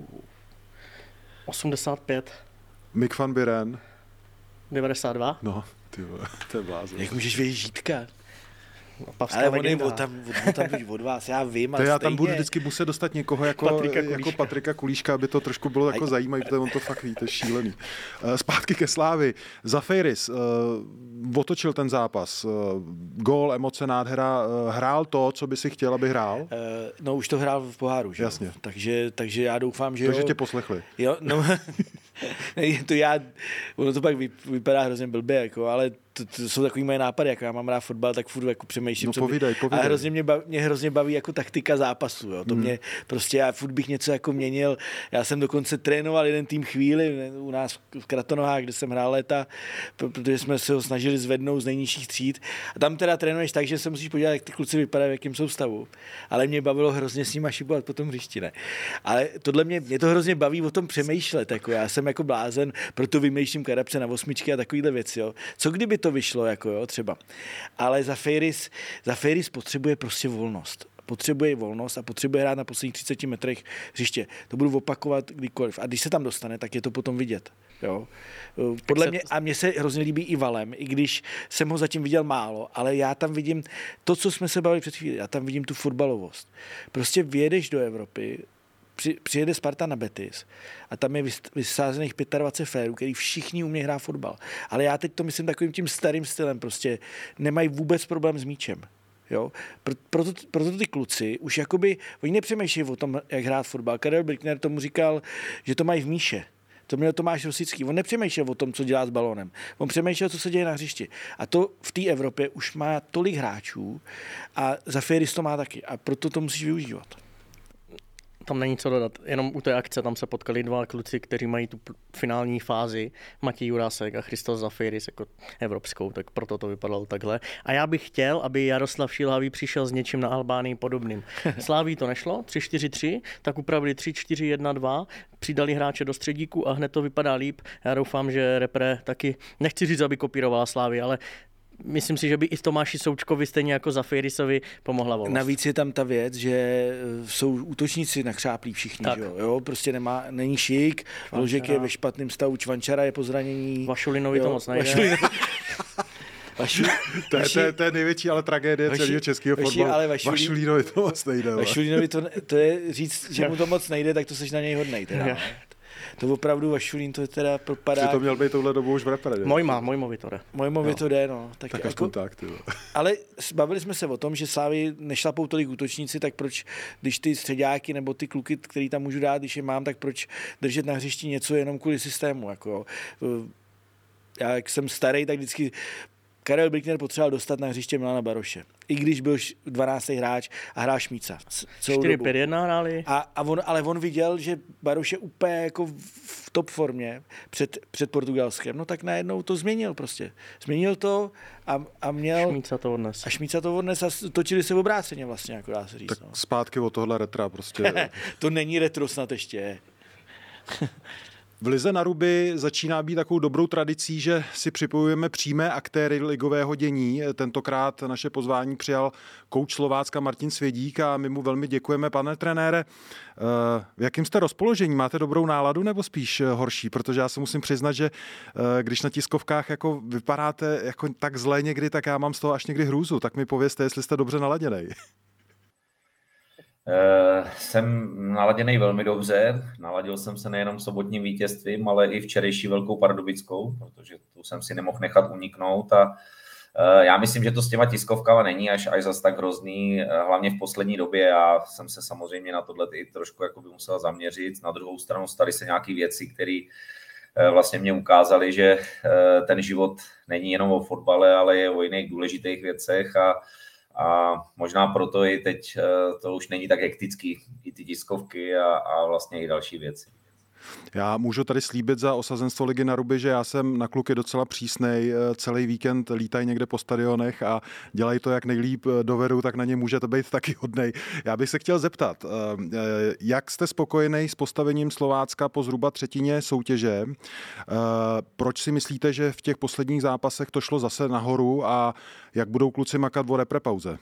85. Mick van Buren. 92. No, ty vole, to je blázen. Jak můžeš vědět Žídka? Ale on je tam od vás, já vím. To já tam budu vždycky muset dostat někoho jako Patrika Kulíška, aby to trošku bylo jako zajímavé, protože on to fakt ví, to je šílený. Zpátky ke Slávy. Zafeiris otočil ten zápas. Gól, emoce, nádhera. Hrál to, co by si chtěl, aby hrál? No už to hrál v poháru, že? Jasně. Takže já doufám, že Takže tě poslechli. Jo, no, ono to pak vypadá hrozně blbě, jako, ale to jsou takový moje nápady, jak já mám rád fotbal, tak furt jako přemýšlím. No povídej. A hrozně mě hrozně baví jako taktika zápasu. Jo. To mě prostě, já furt bych něco jako měnil. Já jsem dokonce trénoval jeden tým chvíli u nás v Kratonohách, kde jsem hrál léta, protože jsme se ho snažili zvednout z nejnižších tříd. A tam teda trénuješ tak, že se musíš podívat, jak ty kluci vypadají, v jakém jsou stavu. Ale mě bavilo hrozně s nima šipovat po tom hřišti, ne. Ale tohle mě to hrozně baví o tom přemýšlet. Jako já jsem jako blázen, proto vymýšlím karabce na osmičky a takovýhle věci. Jo. Co kdyby to vyšlo, jako jo, třeba. Ale za Feiris potřebuje prostě volnost. Potřebuje volnost a potřebuje hrát na posledních 30 metrech hřiště. To budu opakovat kdykoliv. A když se tam dostane, tak je to potom vidět. Jo. Podle mě, a mně se hrozně líbí i Valem, i když jsem ho zatím viděl málo, ale já tam vidím to, co jsme se bavili před chvíli, já tam vidím tu fotbalovost. Prostě vyjedeš do Evropy, přijede Sparta na Betis a tam je vysázených 25 férů, který všichni umějí hrát fotbal. Ale já teď to myslím takovým tím starým stylem, prostě nemají vůbec problém s míčem. Jo? Proto ty kluci už jakoby, oni nepřemýšlejí o tom, jak hrát fotbal. Karel Brickner tomu říkal, že to mají v míše. To měl Tomáš Rosický. On nepřemýšlel o tom, co dělá s balónem. On přemýšlel, co se děje na hřišti. A to v té Evropě už má tolik hráčů a za Feiris to má taky. A proto to musíš využívat. Tam není co dodat. Jenom u té akce tam se potkali dva kluci, kteří mají tu finální fázi, Matěj Jurásek a Christos Zafiris jako evropskou, tak proto to vypadalo takhle. A já bych chtěl, aby Jaroslav Šilhavý přišel s něčím na Albánii podobným. Sláví to nešlo, 3-4-3, tak upravili 3-4-1-2, přidali hráče do středíku a hned to vypadá líp. Já doufám, že repre taky, nechci říct, aby kopírovala Slávy, ale myslím si, že by i Tomáši Součkovi stejně jako Zafierisovi pomohla volnost. Navíc je tam ta věc, že jsou útočníci nakřáplí všichni, že jo? Prostě není šik, Ložek je ve špatném stavu, Čvančara je po zranění. Vašulinovi to moc nejde. To je největší ale tragédie celého českého fotbalu. Vašulinovi to moc nejde. Vašulinovi to je říct, že mu to moc nejde, tak to seš na něj hodnej. Teda. To opravdu Vašulín to teda propadá. Že to měl být touhle dobou už v repre. Mojmovi to jde. Mojmovi to jde, no. Tak aspoň tak, ty. Ale bavili jsme se o tom, že Slávy nešlapou tolik útočníci, tak proč, když ty středáky nebo ty kluky, který tam můžu dát, když je mám, tak proč držet na hřišti něco jenom kvůli systému, jako já, jak jsem starý, tak vždycky Karel Brickner potřeboval dostat na hřiště Milana Baroše. I když byl 12. hráč a hrál Šmíca. 4-5-1 hráli. Ale on viděl, že Baroš je úplně jako v top formě před Portugalskem. No tak najednou to změnil prostě. Změnil to a měl... Šmíca to odnes. A točili se v obráceně vlastně, jako dá se říct. Tak zpátky od tohle retra prostě. To není retro snad ještě. V lize na ruby začíná být takovou dobrou tradicí, že si připojujeme přímé aktéry ligového dění. Tentokrát naše pozvání přijal kouč Slovácka Martin Svědík a my mu velmi děkujeme. Pane trenére, v jakém jste rozpoložení? Máte dobrou náladu nebo spíš horší? Protože já se musím přiznat, že když na tiskovkách jako vypadáte jako tak zlé někdy, tak já mám z toho až někdy hrůzu. Tak mi povězte, jestli jste dobře naladěnej. Jsem naladěnej velmi dobře. Naladil jsem se nejenom sobotním vítězstvím, ale i včerejší Velkou Pardubickou, protože tu jsem si nemohl nechat uniknout. A já myslím, že to s těma tiskovkama není až zas tak hrozný, hlavně v poslední době. Já jsem se samozřejmě na tohle i trošku jakoby musel zaměřit. Na druhou stranu staly se nějaké věci, které vlastně mě ukázaly, že ten život není jenom o fotbale, ale je o jiných důležitých věcech a možná proto i teď to už není tak hektický, i ty tiskovky a vlastně i další věci. Já můžu tady slíbit za osazenstvo ligy na ruby, že já jsem na kluky docela přísnej. Celý víkend lítají někde po stadionech a dělají to, jak nejlíp dovedou, tak na ně můžete být taky hodnej. Já bych se chtěl zeptat, jak jste spokojený s postavením Slovácka po zhruba třetině soutěže? Proč si myslíte, že v těch posledních zápasech to šlo zase nahoru a jak budou kluci makat o reprepauze?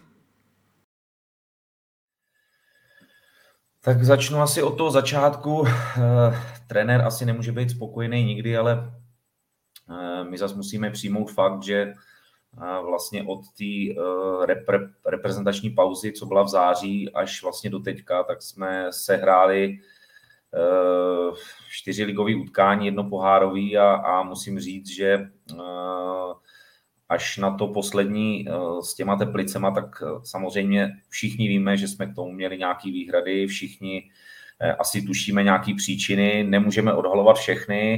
Tak začnu asi od toho začátku. Trenér asi nemůže být spokojený nikdy, ale my zase musíme přijmout fakt, že vlastně od té reprezentační pauzy, co byla v září až vlastně do teďka, tak jsme sehráli 4 ligové utkání, 1 pohárový a musím říct, že až na to poslední s těma Teplicema, tak samozřejmě všichni víme, že jsme k tomu měli nějaké výhrady, všichni asi tušíme nějaké příčiny, nemůžeme odhalovat všechny,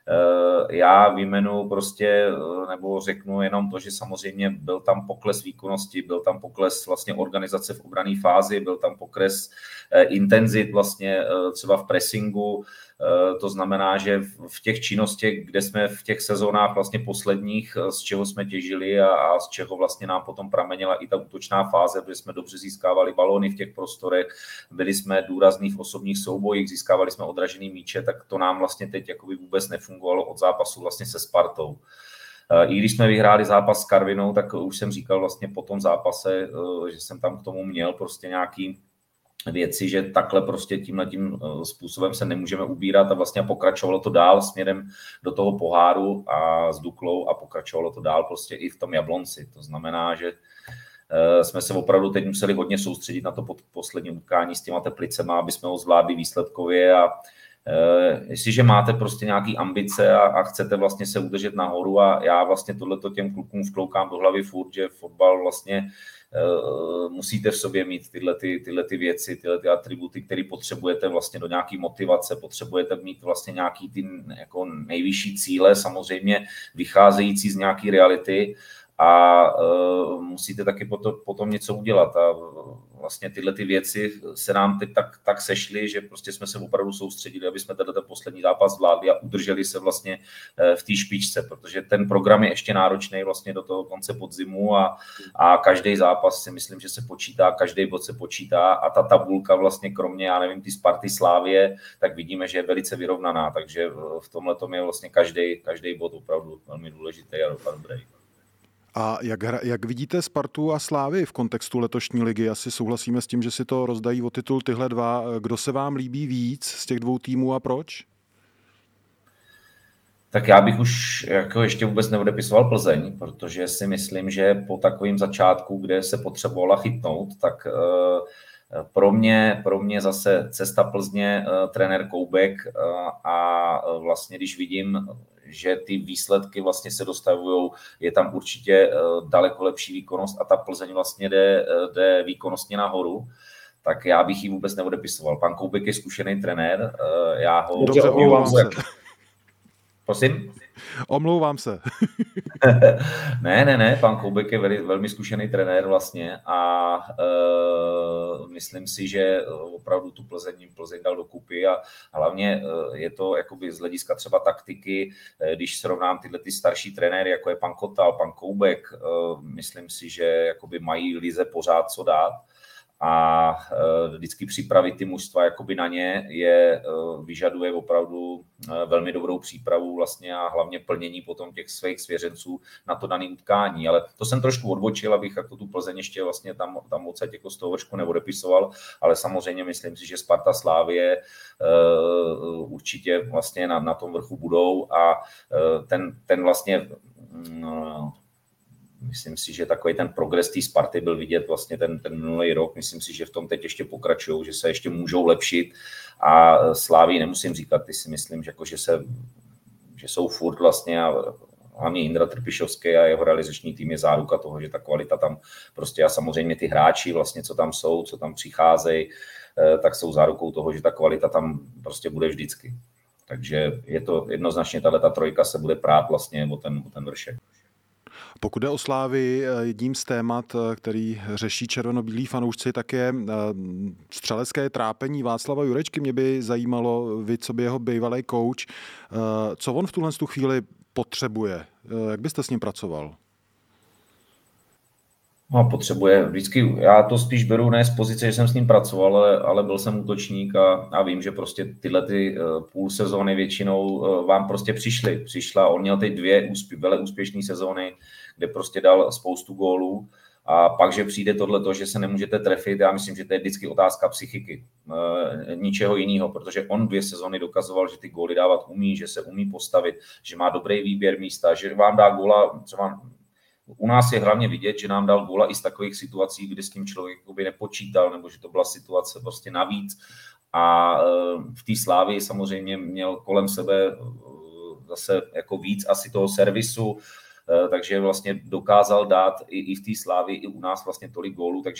Já vyjmenu prostě, nebo řeknu jenom to, že samozřejmě byl tam pokles výkonnosti, byl tam pokles vlastně organizace v obranné fázi, byl tam pokles intenzit vlastně třeba v pressingu. To znamená, že v těch činnostech, kde jsme v těch sezónách vlastně posledních, z čeho jsme těžili a z čeho vlastně nám potom pramenila i ta útočná fáze, kde jsme dobře získávali balóny v těch prostorech, byli jsme důrazní v osobních soubojích, získávali jsme odražený míče, tak to nám vlastně teď jakoby vůbec nefungovalo od zápasu vlastně se Spartou. I když jsme vyhráli zápas s Karvinou, tak už jsem říkal vlastně po tom zápase, že jsem tam k tomu měl prostě nějaký věci, že takhle prostě tímhletím způsobem se nemůžeme ubírat a vlastně pokračovalo to dál směrem do toho poháru a s Duklou a pokračovalo to dál prostě i v tom Jablonci. To znamená, že jsme se opravdu teď museli hodně soustředit na to poslední utkání s těma Teplicema, aby jsme ho zvládli výsledkově a jestliže máte prostě nějaký ambice a chcete vlastně se udržet nahoru a já vlastně tohleto těm klukům vkloukám do hlavy furt, že fotbal vlastně musíte v sobě mít tyhle ty věci, tyhle ty atributy, které potřebujete vlastně do nějaký motivace, potřebujete mít vlastně nějaký ty jako nejvyšší cíle, samozřejmě vycházející z nějaké reality a musíte taky potom něco udělat a vlastně tyhle ty věci se nám teď tak sešly, že prostě jsme se opravdu soustředili, aby jsme ten poslední zápas zvládli a udrželi se vlastně v té špičce, protože ten program je ještě náročný vlastně do toho konce podzimu a každý zápas si myslím, že se počítá, každý bod se počítá a ta tabulka vlastně kromě, já nevím, ty Sparty Slávie, tak vidíme, že je velice vyrovnaná, takže v tomhletom je vlastně každý bod opravdu velmi důležitý a dobrý. A jak vidíte Spartu a Slávy v kontextu letošní ligy? Asi souhlasíme s tím, že si to rozdají o titul tyhle dva. Kdo se vám líbí víc z těch dvou týmů a proč? Tak já bych už jako ještě vůbec neodepisoval Plzeň, protože si myslím, že po takovém začátku, kde se potřebovala chytnout, tak pro mě zase cesta Plzně, trenér Koubek a vlastně když vidím, že ty výsledky vlastně se dostavují, je tam určitě daleko lepší výkonnost a ta Plzeň vlastně jde výkonnostně nahoru, tak já bych ji vůbec neodepisoval. Pan Koubek je zkušený trenér, já ho... Dobře, omlouvám se. Prosím? Omlouvám se. Ne, pan Koubek je velmi zkušený trenér vlastně a myslím si, že opravdu tu Plzeň dal dokupy a hlavně je to jakoby z hlediska třeba taktiky, když srovnám tyhle ty starší trenéry, jako je pan Kotal, pan Koubek, myslím si, že jakoby mají lize pořád co dát. A vždycky připravit ty mužstva jakoby na ně vyžaduje opravdu velmi dobrou přípravu vlastně a hlavně plnění potom těch svých svěřenců na to dané utkání. Ale to jsem trošku odbočil, abych jako tu Plzeň ještě vlastně tam odsaď jako z toho vršku neodepisoval, ale samozřejmě myslím si, že Sparta Slávie určitě vlastně na tom vrchu budou a ten vlastně myslím si, že takový ten progres té Sparty byl vidět vlastně ten minulý rok. Myslím si, že v tom teď ještě pokračují, že se ještě můžou lepšit a Slávii nemusím říkat, ty si myslím, že jsou furt vlastně a hlavně Jindra Trpišovský a jeho realizační tým je záruka toho, že ta kvalita tam prostě a samozřejmě ty hráči vlastně, co tam jsou, co tam přicházejí, tak jsou zárukou toho, že ta kvalita tam prostě bude vždycky. Takže je to jednoznačně ta trojka se bude prát vlastně o ten vršek. Pokud jde o Slávy, jedním z témat, který řeší červenobílí fanoušci, tak je střelecké trápení Václava Jurečky. Mě by zajímalo, vy, co by jeho bývalý kouč, co on v tuhle chvíli potřebuje. Jak byste s ním pracoval? No, potřebuje vždycky, já to spíš beru ne z pozice, že jsem s ním pracoval, ale byl jsem útočník a vím, že prostě tyhle ty půl sezóny většinou vám prostě přišla. On měl teď 2 vele úspěšné sezóny, kde prostě dal spoustu gólů a pak, že přijde tohleto, že se nemůžete trefit, já myslím, že to je vždycky otázka psychiky, ničeho jiného, protože on 2 sezóny dokazoval, že ty góly dávat umí, že se umí postavit, že má dobrý výběr místa, že vám dá góla třeba. U nás je hlavně vidět, že nám dal góla i z takových situací, kdy s tím člověk by nepočítal, nebo že to byla situace prostě navíc. A v té Slávii samozřejmě měl kolem sebe zase jako víc asi toho servisu, takže vlastně dokázal dát i v té Slávii, i u nás vlastně tolik gólů, takže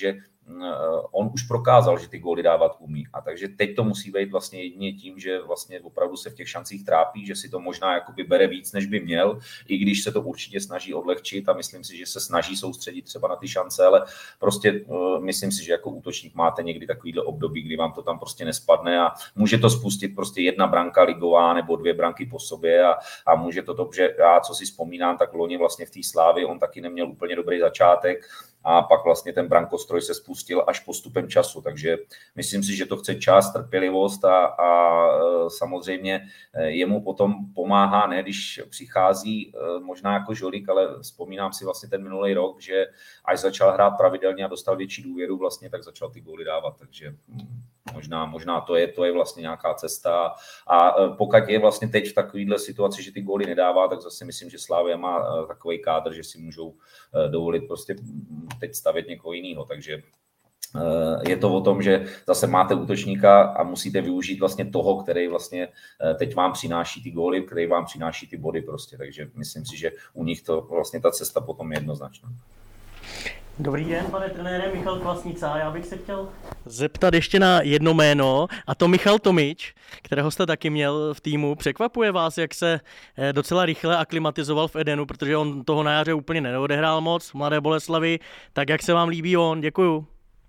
on už prokázal, že ty góly dávat umí. A takže teď to musí být vlastně jedině tím, že vlastně opravdu se v těch šancích trápí, že si to možná jakoby bere víc, než by měl, i když se to určitě snaží odlehčit a myslím si, že se snaží soustředit třeba na ty šance, ale prostě myslím si, že jako útočník máte někdy takovýhle období, kdy vám to tam prostě nespadne a může to spustit prostě jedna branka ligová nebo 2 branky po sobě a může to dobře, já co si vzpomínám, tak loni vlastně v té Slávii on taky neměl úplně dobrý začátek a pak vlastně ten brankostroj se spustil až postupem času, takže myslím si, že to chce čas, trpělivost a samozřejmě jemu potom pomáhá, ne když přichází možná jako žolík, ale vzpomínám si vlastně ten minulý rok, že až začal hrát pravidelně a dostal větší důvěru vlastně, tak začal ty góly dávat, takže možná to je vlastně nějaká cesta a pokud je vlastně teď v takovéhle situaci, že ty góly nedává, tak zase myslím, že Slavia má takový kádr, že si můžou dovolit prostě teď stavět někoho jiného, takže je to o tom, že zase máte útočníka a musíte využít vlastně toho, který vlastně teď vám přináší ty góly, který vám přináší ty body prostě, takže myslím si, že u nich to vlastně ta cesta potom je jednoznačná. Dobrý den, pane trenére, Michal Kvasnica. Já bych se chtěl zeptat ještě na jedno jméno, a to Michal Tomič, kterého jste taky měl v týmu. Překvapuje vás, jak se docela rychle aklimatizoval v Edenu, protože on toho na jaře úplně neodehrál moc, Mladé Boleslavi. Tak jak se vám líbí on? Děkuju.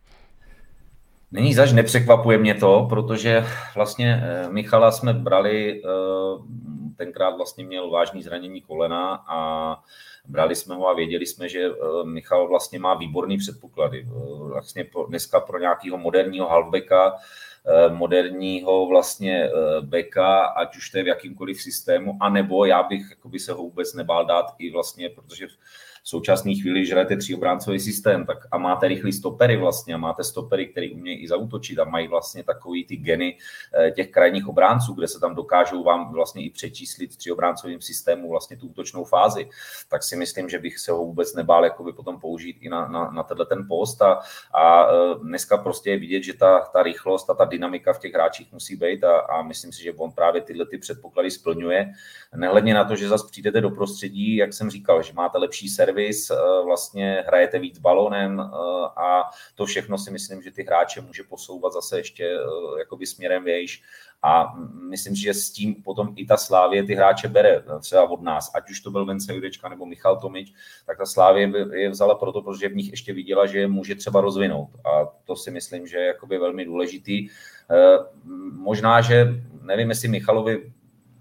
Není zač, nepřekvapuje mě to, protože vlastně Michala jsme brali, tenkrát vlastně měl vážné zranění kolena a brali jsme ho a věděli jsme, že Michal vlastně má výborný předpoklady. Vlastně dneska pro nějakého moderního halfbacka, moderního vlastně beka, ať už to je v jakýmkoliv systému, anebo já bych jakoby se ho vůbec nebál dát i vlastně, protože v současné chvíli, když hrajete 3obráncový systém, tak a máte rychlý stopery vlastně, a máte stopery, který umějí i zaútočit a mají vlastně takový ty geny těch krajních obránců, kde se tam dokážou vám vlastně i přečíslit v 3obráncovém systému vlastně tu útočnou fázi, tak si myslím, že bych se ho vůbec nebál jakoby potom použít i na tenhle ten post a dneska prostě je vidět, že ta rychlost a ta dynamika v těch hráčích musí být a myslím si, že on právě tyhle ty předpoklady splňuje. Nehledně na to, že zase přijdete do prostředí, jak jsem říkal, že máte lepší servis, vlastně hrajete víc balónem a to všechno si myslím, že ty hráče může posouvat zase ještě jakoby směrem vejš a myslím si, že s tím potom i ta Slavie ty hráče bere třeba od nás, ať už to byl Vence Jurečka nebo Michal Tomič, tak ta Slavie je vzala proto, protože v nich ještě viděla, že je může třeba rozvinout a to si myslím, že je jakoby velmi důležitý. Možná, že nevím, jestli Michalovi.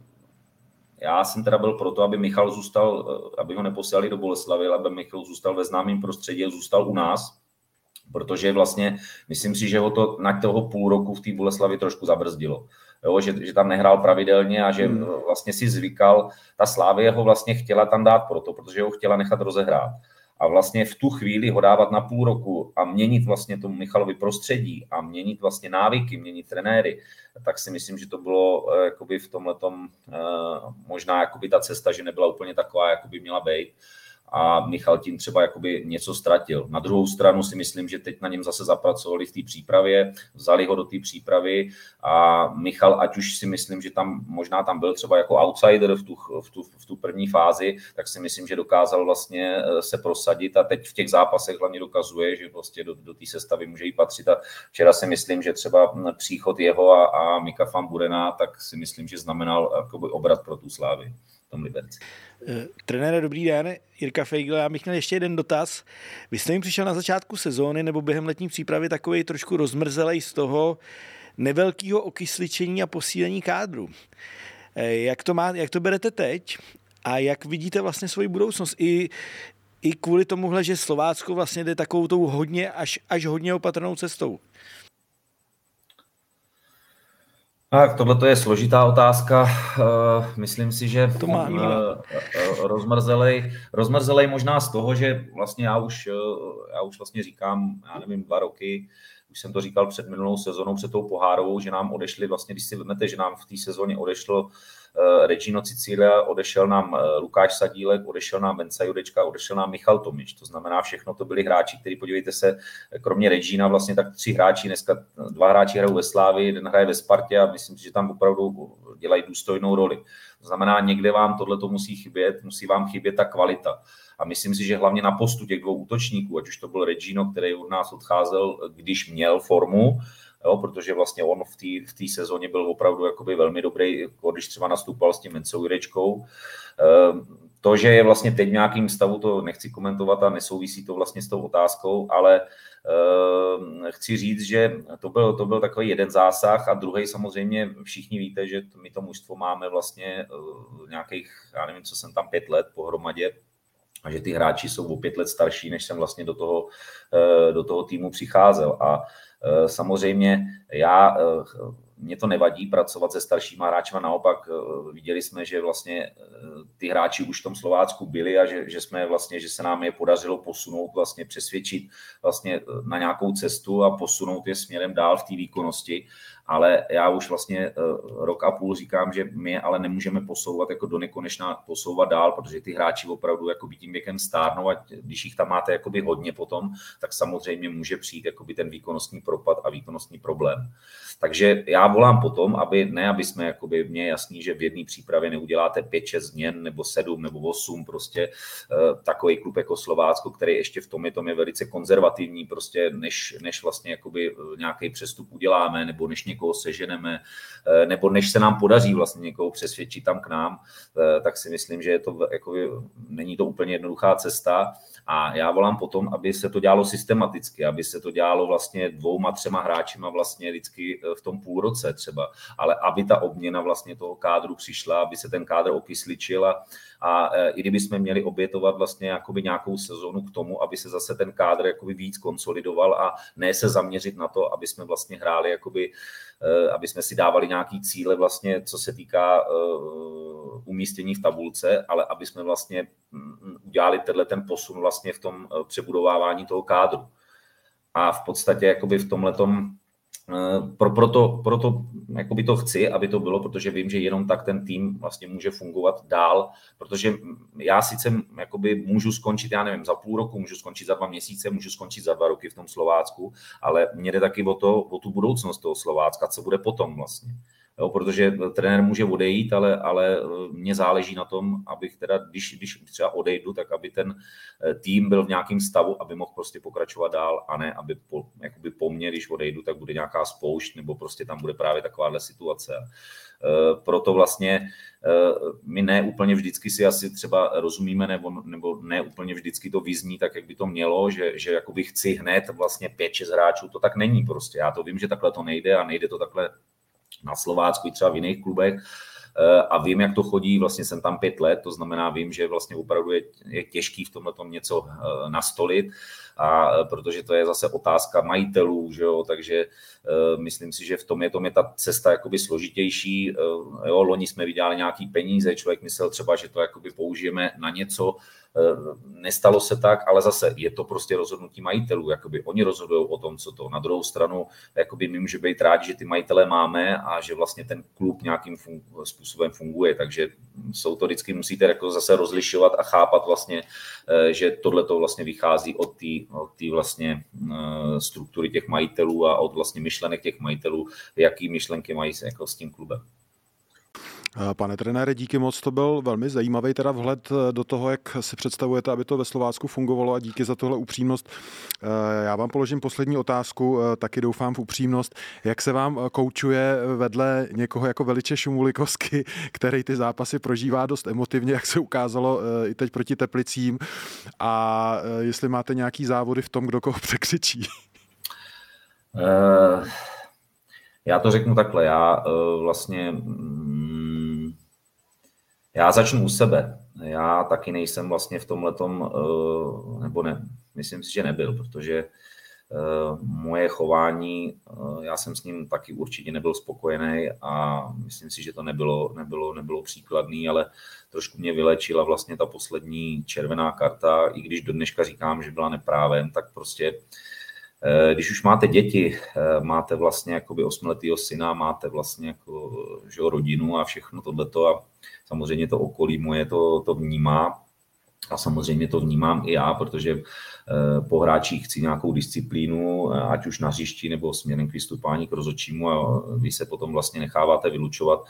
Já jsem teda byl proto, aby Michal zůstal, aby ho neposílali do Boleslavy, ale aby Michal zůstal ve známém prostředí a zůstal u nás, protože vlastně myslím si, že ho to na toho půl roku v té Boleslavi trošku zabrzdilo. Jo, že tam nehrál pravidelně a že vlastně si zvykal, ta Slavie ho vlastně chtěla tam dát proto, protože ho chtěla nechat rozehrát. A vlastně v tu chvíli ho dávat na půl roku a měnit vlastně tomu Michalovi prostředí a měnit vlastně návyky, měnit trenéry, tak si myslím, že to bylo jakoby v tomhletom možná jakoby ta cesta, že nebyla úplně taková, jakoby měla být. A Michal tím třeba jakoby něco ztratil. Na druhou stranu si myslím, že teď na něm zase zapracovali v té přípravě, vzali ho do té přípravy a Michal, ať už si myslím, že tam možná tam byl třeba jako outsider v tu první fázi, tak si myslím, že dokázal vlastně se prosadit a teď v těch zápasech hlavně dokazuje, že vlastně do té sestavy může jí patřit a včera si myslím, že třeba příchod jeho a Mika van Burena, tak si myslím, že znamenal jakoby obrat pro tu Slávy v tom Liberci. Trenére, dobrý den, Jirka Feigl, já bych měl ještě jeden dotaz. Vy jste jim přišel na začátku sezóny nebo během letní přípravy takovej trošku rozmrzelej z toho nevelkého okysličení a posílení kádru. Jak to berete teď a jak vidíte vlastně svoji budoucnost i kvůli tomuhle, že Slovácko vlastně jde takovou tou hodně až hodně opatrnou cestou? Tak, tohle je složitá otázka. Myslím si, že to má rozmrzelej možná z toho, že vlastně já už vlastně říkám, já nevím, 2 roky, už jsem to říkal před minulou sezónou, před tou pohárovou, že nám odešli, vlastně když si vezmete, že nám v té sezóně odešlo Regino Cicilia, odešel nám Lukáš Sadílek, odešel nám Venca Jurečka, odešel nám Michal Tomič. To znamená, všechno to byli hráči, kteří, podívejte se, kromě Regina vlastně tak 3 hráči, dneska 2 hráči hrajou ve Slávii, 1 hraje ve Spartě a myslím si, že tam opravdu dělají důstojnou roli. To znamená, někde vám tohle to musí chybět, musí vám chybět ta kvalita. a myslím si, že hlavně na postu těch dvou útočníků, ať už to byl Regino, který od nás odcházel, když měl formu, jo, protože vlastně on v té sezóně byl opravdu jakoby velmi dobrý, když třeba nastupoval s tím Mencou Jurečkou. To, že je vlastně teď v nějakým stavu, to nechci komentovat a nesouvisí to vlastně s tou otázkou, ale chci říct, že to byl takový jeden zásah a druhý samozřejmě všichni víte, že my to mužstvo máme vlastně nějakých, já nevím, co jsem tam 5 let pohromadě, a že ty hráči jsou o 5 let starší, než jsem vlastně do toho týmu přicházel. A samozřejmě mě to nevadí pracovat se staršíma hráčima, naopak viděli jsme, že vlastně ty hráči už v tom Slovácku byli a že se nám je podařilo posunout, vlastně přesvědčit vlastně na nějakou cestu a posunout je směrem dál v té výkonnosti. Ale já už vlastně rok a půl říkám, že my ale nemůžeme posouvat jako do nekonečna posouvat dál, protože ty hráči opravdu jakoby tím věkem stárnou a když jich tam máte jakoby hodně potom, tak samozřejmě může přijít jakoby ten výkonnostní propad a výkonnostní problém. Takže já volám potom, aby jsme jakoby, mně je jasný, že v jedné přípravě neuděláte 5-6 změn nebo 7 nebo 8, prostě takový klub jako Slovácko, který ještě v tom je velice konzervativní, prostě než vlastně jakoby nějaký přestup uděláme nebo než někoho seženeme, nebo než se nám podaří vlastně někoho přesvědčit tam k nám, tak si myslím, že je to jakoby, není to úplně jednoduchá cesta a já volám potom, aby se to dělalo systematicky, aby se to dělalo vlastně 2-3 hráčima vlastně vždycky v tom půlroce třeba, ale aby ta obměna vlastně toho kádru přišla, aby se ten kádr okysličil a i kdyby jsme měli obětovat vlastně jakoby nějakou sezonu k tomu, aby se zase ten kádr jakoby víc konsolidoval a ne se zaměřit na to, aby jsme vlastně hráli jakoby, aby jsme si dávali nějaký cíle vlastně, co se týká umístění v tabulce, ale aby jsme vlastně udělali ten posun vlastně v tom přebudovávání toho kádru. A v podstatě jakoby v tomhletom proto jakoby to chci, aby to bylo, protože vím, že jenom tak ten tým vlastně může fungovat dál, protože já sice jakoby můžu skončit, já nevím, za půl roku, můžu skončit za 2 měsíce, můžu skončit za 2 roky v tom Slovácku, ale mě jde taky o tu budoucnost toho Slovácka, co bude potom vlastně. Jo, protože trenér může odejít, ale mně záleží na tom, abych teda, když třeba odejdu, tak aby ten tým byl v nějakém stavu, aby mohl prostě pokračovat dál a ne, aby po mně, když odejdu, tak bude nějaká spoušť nebo prostě tam bude právě takováhle situace. Proto vlastně my ne úplně vždycky si asi třeba rozumíme nebo ne úplně vždycky to vyzní tak, jak by to mělo, že jakoby chci hned vlastně 5-6 hráčů, to tak není prostě. Já to vím, že takhle to nejde a nejde to takhle na Slovácku i třeba v jiných klubech a vím, jak to chodí, vlastně jsem tam 5 let, to znamená vím, že vlastně opravdu je těžký v tomhletom něco nastolit, a protože to je zase otázka majitelů, že jo, takže myslím si, že v tom je ta cesta jakoby složitější. Jo, loni jsme vydělali nějaký peníze, člověk myslel třeba, že to jakoby použijeme na něco, nestalo se tak, ale zase je to prostě rozhodnutí majitelů, jakoby oni rozhodují o tom, co to. Na druhou stranu, jakoby my můžeme být rádi, že ty majitele máme a že vlastně ten klub nějakým způsobem funguje, takže jsou to vždycky musíte jako zase rozlišovat a chápat vlastně, že tohle to vlastně vychází od té vlastně struktury těch majitelů a od vlastně myšlenek těch majitelů, jaký myšlenky mají jako s tím klubem. Pane trenére, díky moc, to byl velmi zajímavý teda vhled do toho, jak si představujete, aby to ve Slovácku fungovalo a díky za tohle upřímnost. Já vám položím poslední otázku, taky doufám v upřímnost. Jak se vám koučuje vedle někoho jako Veliče Šumulikovsky, který ty zápasy prožívá dost emotivně, jak se ukázalo i teď proti Teplicím, a jestli máte nějaký závody v tom, kdo koho překřičí? Já to řeknu takhle, já začnu u sebe. Já taky nejsem vlastně v tomhletom, nebo ne, myslím si, že nebyl, protože moje chování, já jsem s ním taky určitě nebyl spokojený a myslím si, že to nebylo příkladný, ale trošku mě vylečila vlastně ta poslední červená karta, i když do dneška říkám, že byla neprávem, tak prostě když už máte děti, máte vlastně jakoby 8letýho syna, máte vlastně jako, že rodinu a všechno tohleto a samozřejmě to okolí moje to vnímá a samozřejmě to vnímám i já, protože po hráčích chci nějakou disciplínu, ať už na hřišti nebo směrem k vystupování k rozhodčímu a vy se potom vlastně necháváte vylučovat,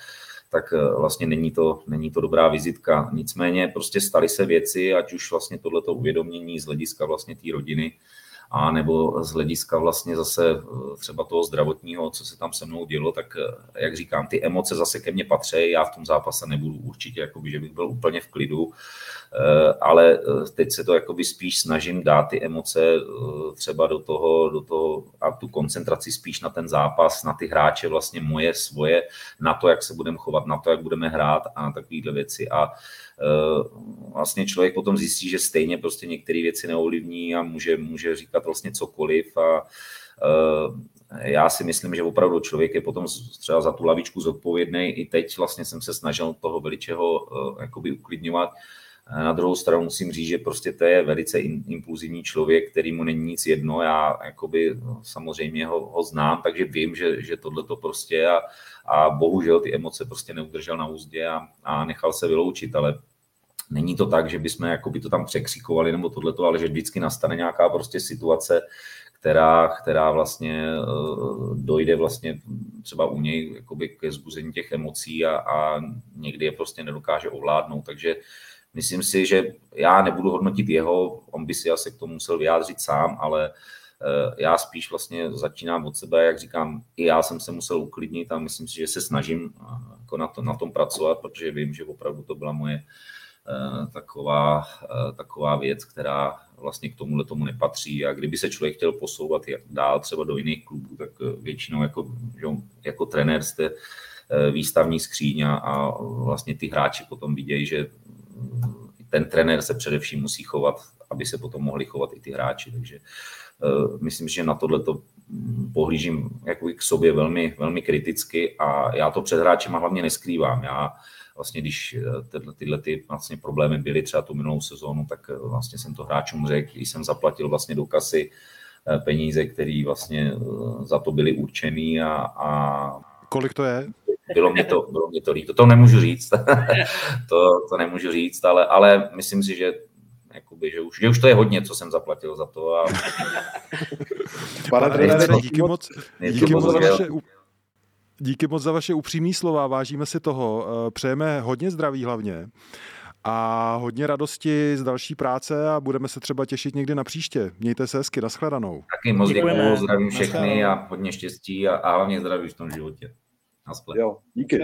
tak vlastně není to dobrá vizitka. Nicméně prostě staly se věci, ať už vlastně tohleto uvědomění z hlediska vlastně té rodiny, a nebo z hlediska vlastně zase třeba toho zdravotního, co se tam se mnou dělo, tak jak říkám, ty emoce zase ke mně patří, já v tom zápase nebudu určitě, jakoby, že bych byl úplně v klidu, ale teď se to jakoby spíš snažím dát ty emoce třeba do toho a tu koncentraci spíš na ten zápas, na ty hráče vlastně moje, svoje, na to, jak se budeme chovat, na to, jak budeme hrát a takovýhle věci a vlastně člověk potom zjistí, že stejně prostě některé věci neovlivní a může říkat vlastně cokoliv a já si myslím, že opravdu člověk je potom třeba za tu lavičku zodpovědný. I teď vlastně jsem se snažil toho Veličeho jakoby uklidňovat. Na druhou stranu musím říct, že prostě to je velice impulzivní člověk, který mu není nic jedno. Já jakoby samozřejmě ho znám, takže vím, že tohle to prostě a bohužel ty emoce prostě neudržel na úzdě a nechal se vyloučit, ale není to tak, že bychom jakoby to tam překřikovali nebo tohleto, ale že vždycky nastane nějaká prostě situace, která vlastně dojde vlastně třeba u něj jakoby ke zbuzení těch emocí a někdy je prostě nedokáže ovládnout, takže myslím si, že já nebudu hodnotit jeho, on by si asi k tomu musel vyjádřit sám, ale já spíš vlastně začínám od sebe, jak říkám, i já jsem se musel uklidnit a myslím si, že se snažím jako na tom pracovat, protože vím, že opravdu to byla moje taková věc, která vlastně k tomu nepatří a kdyby se člověk chtěl posouvat dál třeba do jiných klubů, tak většinou jako trenér jste výstavní skříň a vlastně ty hráči potom vidějí, že ten trenér se především musí chovat, aby se potom mohli chovat i ty hráči, takže myslím, že na tohleto pohlížím jako k sobě velmi, velmi kriticky a já to před hráčema hlavně neskrývám. Já vlastně, když tyhle vlastně problémy byly třeba tu minulou sezónu, tak vlastně jsem to hráčům řekl, když jsem zaplatil vlastně do kasy peníze, které vlastně za to byly určený a kolik to je? Bylo mě to líto. To nemůžu říct, to nemůžu říct, ale myslím si, že jakoby, že už to je hodně, co jsem zaplatil za to. A... Pane trenére, díky moc za vaše upřímné slova, vážíme si toho, přejeme hodně zdraví hlavně a hodně radosti z další práce a budeme se třeba těšit někdy na příště. Mějte se hezky, nashledanou. Taky moc děkuju, zdravím všechny a hodně štěstí a hlavně zdraví v tom životě. Jo, díky.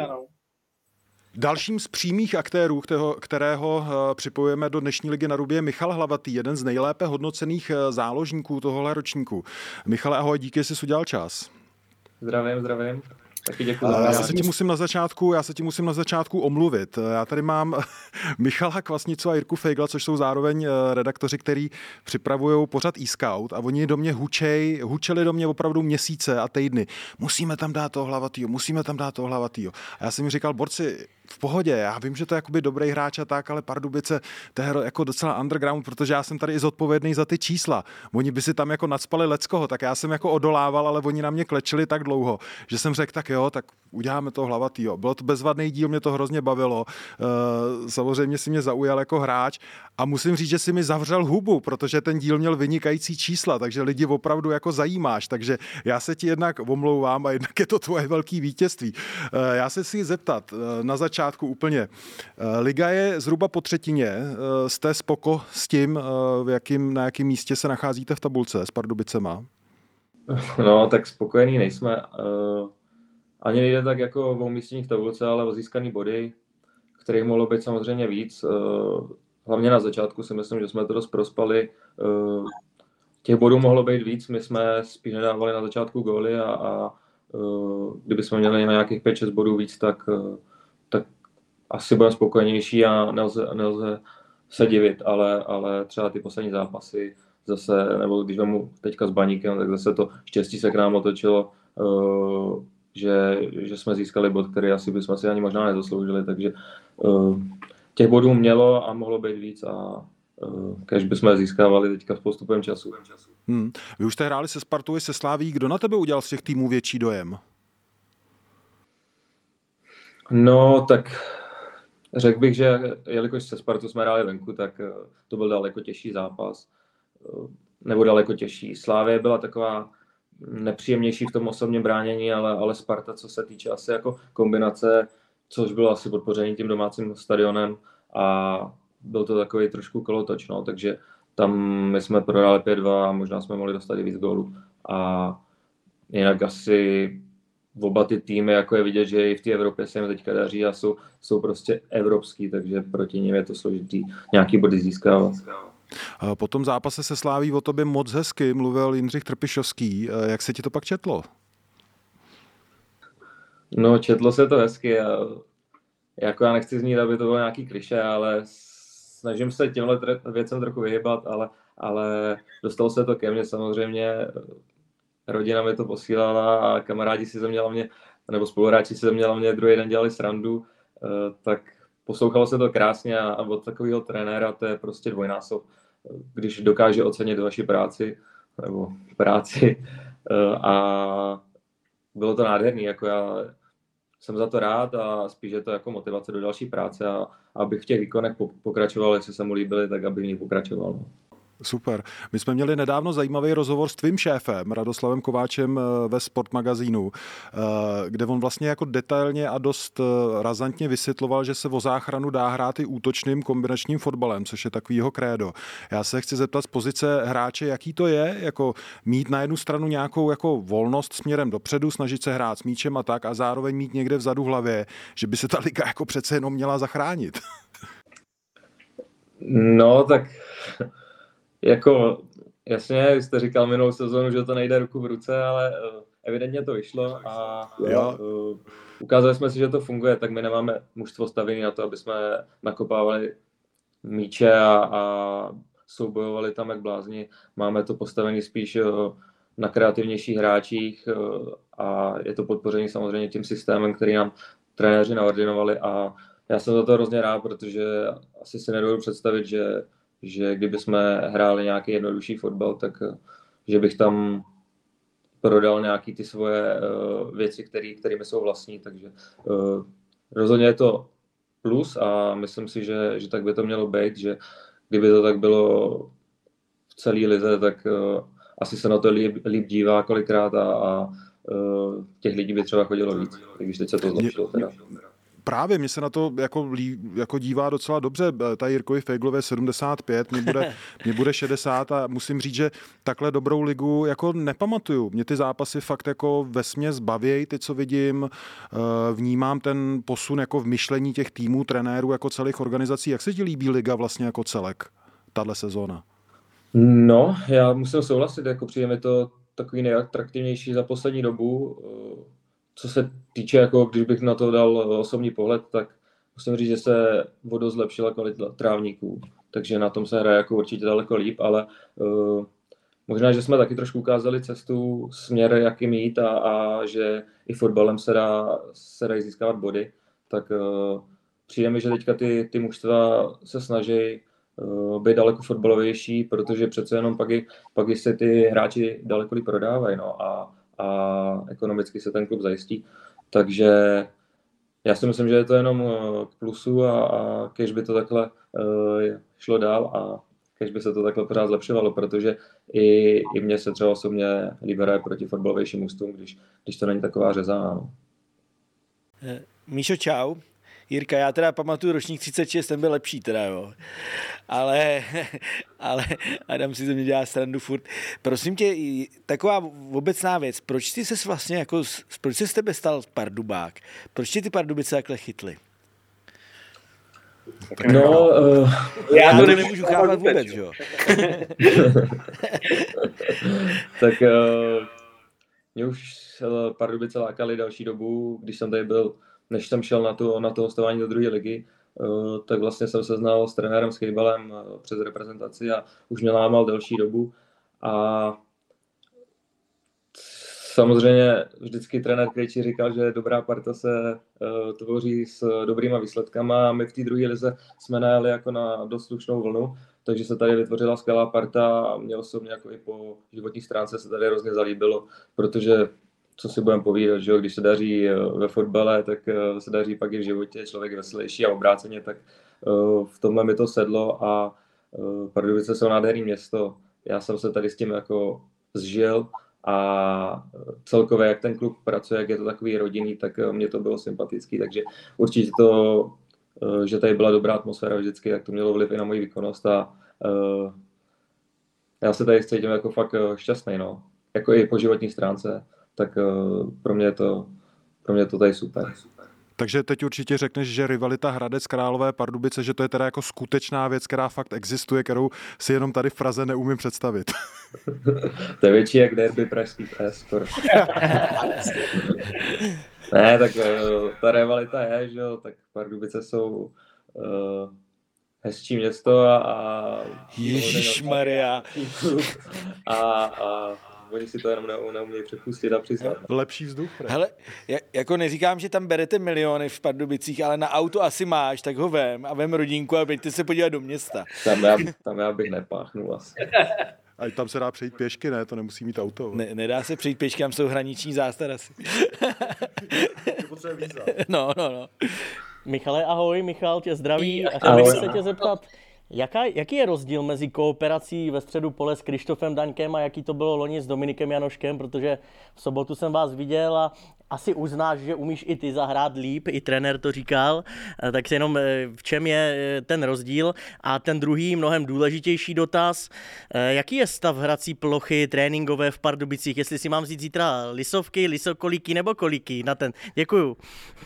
Dalším z přímých aktérů, kterého připojujeme do dnešní ligy na Rubě, je Michal Hlavatý, jeden z nejlépe hodnocených záložníků tohohle ročníku. Michale, ahoj, díky, že jsi udělal čas. Zdravím. Taky děkuji. Já se ti musím na začátku omluvit. Já tady mám Michala Kvasnicu a Jirku Fejgla, což jsou zároveň redaktoři, který připravují pořad eScout a oni do mě hučeli do mě opravdu měsíce a týdny. Musíme tam dát toho Hlavatýho. A já jsem mi říkal, borci, v pohodě, já vím, že to je jakoby dobrý hráč a tak, ale Pardubice, to je jako docela underground, protože já jsem tady i zodpovědný za ty čísla. Oni by si tam jako nacpali leckoho, tak já jsem jako odolával, ale oni na mě klečili tak dlouho, že jsem řekl, tak jo, tak uděláme toho Hlavatýho. Bylo to bezvadný díl, mě to hrozně bavilo. Samozřejmě si mě zaujal jako hráč a musím říct, že si mi zavřel hubu, protože ten díl měl vynikající čísla, takže lidi opravdu jako zajímáš, takže já se ti jednak omlouvám a jednak je to tvoje velké vítězství. Já se chci zeptat na začátku úplně. Liga je zhruba po třetině. Jste spoko s tím, na jakém místě se nacházíte v tabulce s Pardubicema? No, tak spokojení nejsme. Ani nejde tak jako o umístění v tabulce, ale o získaný body, kterých mohlo být samozřejmě víc. Hlavně na začátku si myslím, že jsme to dost prospali. Těch bodů mohlo být víc, my jsme spíš nedávali na začátku góly a kdyby jsme měli na nějakých 5-6 bodů víc, tak asi budeme spokojenější a nelze se divit, ale třeba ty poslední zápasy zase, nebo když vemu teďka s Baníkem, tak zase to štěstí se k nám otočilo, že jsme získali bod, který asi bychom si ani možná nezasloužili, takže těch bodů mělo a mohlo být víc a kež bychom získávali teďka s postupem času. Vy už jste hráli se Spartou i se Slaví, kdo na tebe udělal z těch týmů větší dojem? No, tak řekl bych, že jelikož se Spartou jsme hráli venku, tak to byl daleko těžší zápas. Nebo daleko těžší. Slávie byla taková nepříjemnější v tom osobním bránění, ale Sparta, co se týče asi jako kombinace, což bylo asi podpoření tím domácím stadionem a byl to takový trošku kolotoč, no, takže tam my jsme prohráli 5-2 a možná jsme mohli dostat i víc gólů. A jinak asi oba ty týmy, jako je vidět, že i v té Evropě se jim teďka daří a jsou prostě evropský, takže proti nim je to složitý nějaký body získávat. Po tom zápase se Sláví o tobě moc hezky mluvil Jindřich Trpišovský. Jak se ti to pak četlo? No, četlo se to hezky a jako já nechci znít, aby to bylo nějaký klišé, ale snažím se těmhle věcem trochu vyhybat, ale dostalo se to ke mně samozřejmě. Rodina mi to posílala a kamarádi si ze mě hlavně, nebo spoluhráči si ze mě hlavně druhý den dělali srandu, tak poslouchalo se to krásně a od takového trenéra to je prostě dvojnásob, když dokáže ocenit vaši práci, nebo práci a bylo to nádherný, jako já jsem za to rád a spíš je to jako motivace do další práce a abych v těch výkonech pokračoval, jestli se mu líbily, tak aby v nich pokračoval. Super. My jsme měli nedávno zajímavý rozhovor s tvým šéfem, Radoslavem Kováčem ve Sport magazínu, kde on vlastně jako detailně a dost razantně vysvětloval, že se o záchranu dá hrát i útočným kombinačním fotbalem, což je takový jeho krédo. Já se chci zeptat z pozice hráče, jaký to je, jako mít na jednu stranu nějakou jako volnost směrem dopředu, snažit se hrát s míčem a tak a zároveň mít někde vzadu v hlavě, že by se ta liga jako přece jenom měla zachránit. No, tak jako jasně, jste říkal minulou sezónu, že to nejde ruku v ruce, ale evidentně to vyšlo a ukázali jsme si, že to funguje, tak my nemáme mužstvo stavěné na to, aby jsme nakopávali míče a soubojovali tam jak blázni. Máme to postavené spíš na kreativnějších hráčích a je to podpoření samozřejmě tím systémem, který nám trenéři naordinovali a já jsem za to hrozně rád, protože asi si nedovedu představit, že kdyby jsme hráli nějaký jednodušší fotbal, tak že bych tam prodal nějaký ty svoje věci, kterými jsou vlastní, takže rozhodně je to plus a myslím si, že tak by to mělo být, že kdyby to tak bylo v celé lize, tak asi se na to líp dívá kolikrát a těch lidí by třeba chodilo víc, když teď se to zlepšilo teda. Právě, mě se na to jako dívá docela dobře. Tady Jirkovi Fejglovi 75, mě bude 60 a musím říct, že takhle dobrou ligu jako nepamatuju. Mě ty zápasy fakt jako vesměs bavějí, ty, co vidím, vnímám ten posun jako v myšlení těch týmů, trenérů, jako celých organizací. Jak se ti líbí liga vlastně jako celek, tahle sezóna? No, já musím souhlasit, jako přijde mi to takový nejatraktivnější za poslední dobu. Co se týče, jako když bych na to dal osobní pohled, tak musím říct, že se dost zlepšila kvalita trávníků, takže na tom se hraje jako určitě daleko líp, ale možná, že jsme taky trošku ukázali cestu, směr, jaký mít a že i fotbalem se dají získávat body, tak přijde mi, že teďka ty mužstva se snaží být daleko fotbalovější, protože přece jenom pak se ty hráči daleko líp prodávají, no, a ekonomicky se ten klub zajistí. Takže já si myslím, že je to jenom k plusu a kež by to takhle šlo dál a kež by se to takhle pořád zlepšovalo, protože i mně se třeba osobně líbí proti fotbalovějším mužstvům, když to není taková řezána. No. Míšo, čau. Jirka, já teda pamatuju ročník 36, ten byl lepší teda, jo. Ale Adam si ze mě dělá srandu furt. Prosím tě, taková obecná věc, proč ty ses vlastně jako, proč se z tebe stal Pardubák? Proč tě ty Pardubice takhle chytly? No, já to nemůžu chápat vůbec, jo. Tak mě už Pardubice lákaly další dobu, když jsem tady byl, než jsem šel na to hostování do druhé ligy, tak vlastně jsem se znal s trenérem Schejbalem přes reprezentaci a už mě lámal delší dobu. A samozřejmě vždycky trenér Krejčí říkal, že dobrá parta se tvoří s dobrýma výsledkama a my v té druhé lize jsme najeli jako na dost slušnou vlnu, takže se tady vytvořila skvělá parta a mě osobně jako i po životní stránce se tady hrozně zalíbilo, protože co si budeme povídat, že když se daří ve fotbale, tak se daří pak i v životě, člověk je veselější a obráceně, tak v tomhle mi to sedlo a Pardubice jsou nádherný město. Já jsem se tady s tím jako zžil a celkově, jak ten klub pracuje, jak je to takový rodinný, tak mě to bylo sympatický, takže určitě to, že tady byla dobrá atmosféra vždycky, tak to mělo vliv i na moji výkonnost a já se tady cítím jako fakt šťastný, no. Jako i po životní stránce, tak pro mě to tady super. Takže teď určitě řekneš, že rivalita Hradec Králové Pardubice, že to je teda jako skutečná věc, která fakt existuje, kterou si jenom tady v Praze neumím představit. To je větší jak derby pražský skoro. Ne, tak ta rivalita je, že jo, tak Pardubice jsou hezčí město a Ježišmarja. A oni si to jenom neumějí přepustit a přiznat. Lepší vzduch. Hele, jako neříkám, že tam berete miliony v Pardubicích, ale na auto asi máš, tak ho vem rodinku a pojďte se podívat do města. Tam já bych nepáchnul asi. A tam se dá přejít pěšky, ne? To nemusí mít auto. Nedá se přejít pěšky, tam jsou hraniční zástarasy. No. Michale, ahoj, Michal tě zdraví a chtěl bych se tě zeptat, jaký je rozdíl mezi kooperací ve středu pole s Krištofem Daňkem a jaký to bylo loni s Dominikem Janoškem, protože v sobotu jsem vás viděl a asi uznáš, že umíš i ty zahrát líp, i trenér to říkal, tak se jenom v čem je ten rozdíl. A ten druhý, mnohem důležitější dotaz, jaký je stav hrací plochy tréninkové v Pardubicích, jestli si mám vzít zítra lisovky, lisokolíky nebo kolíky na ten. Děkuju.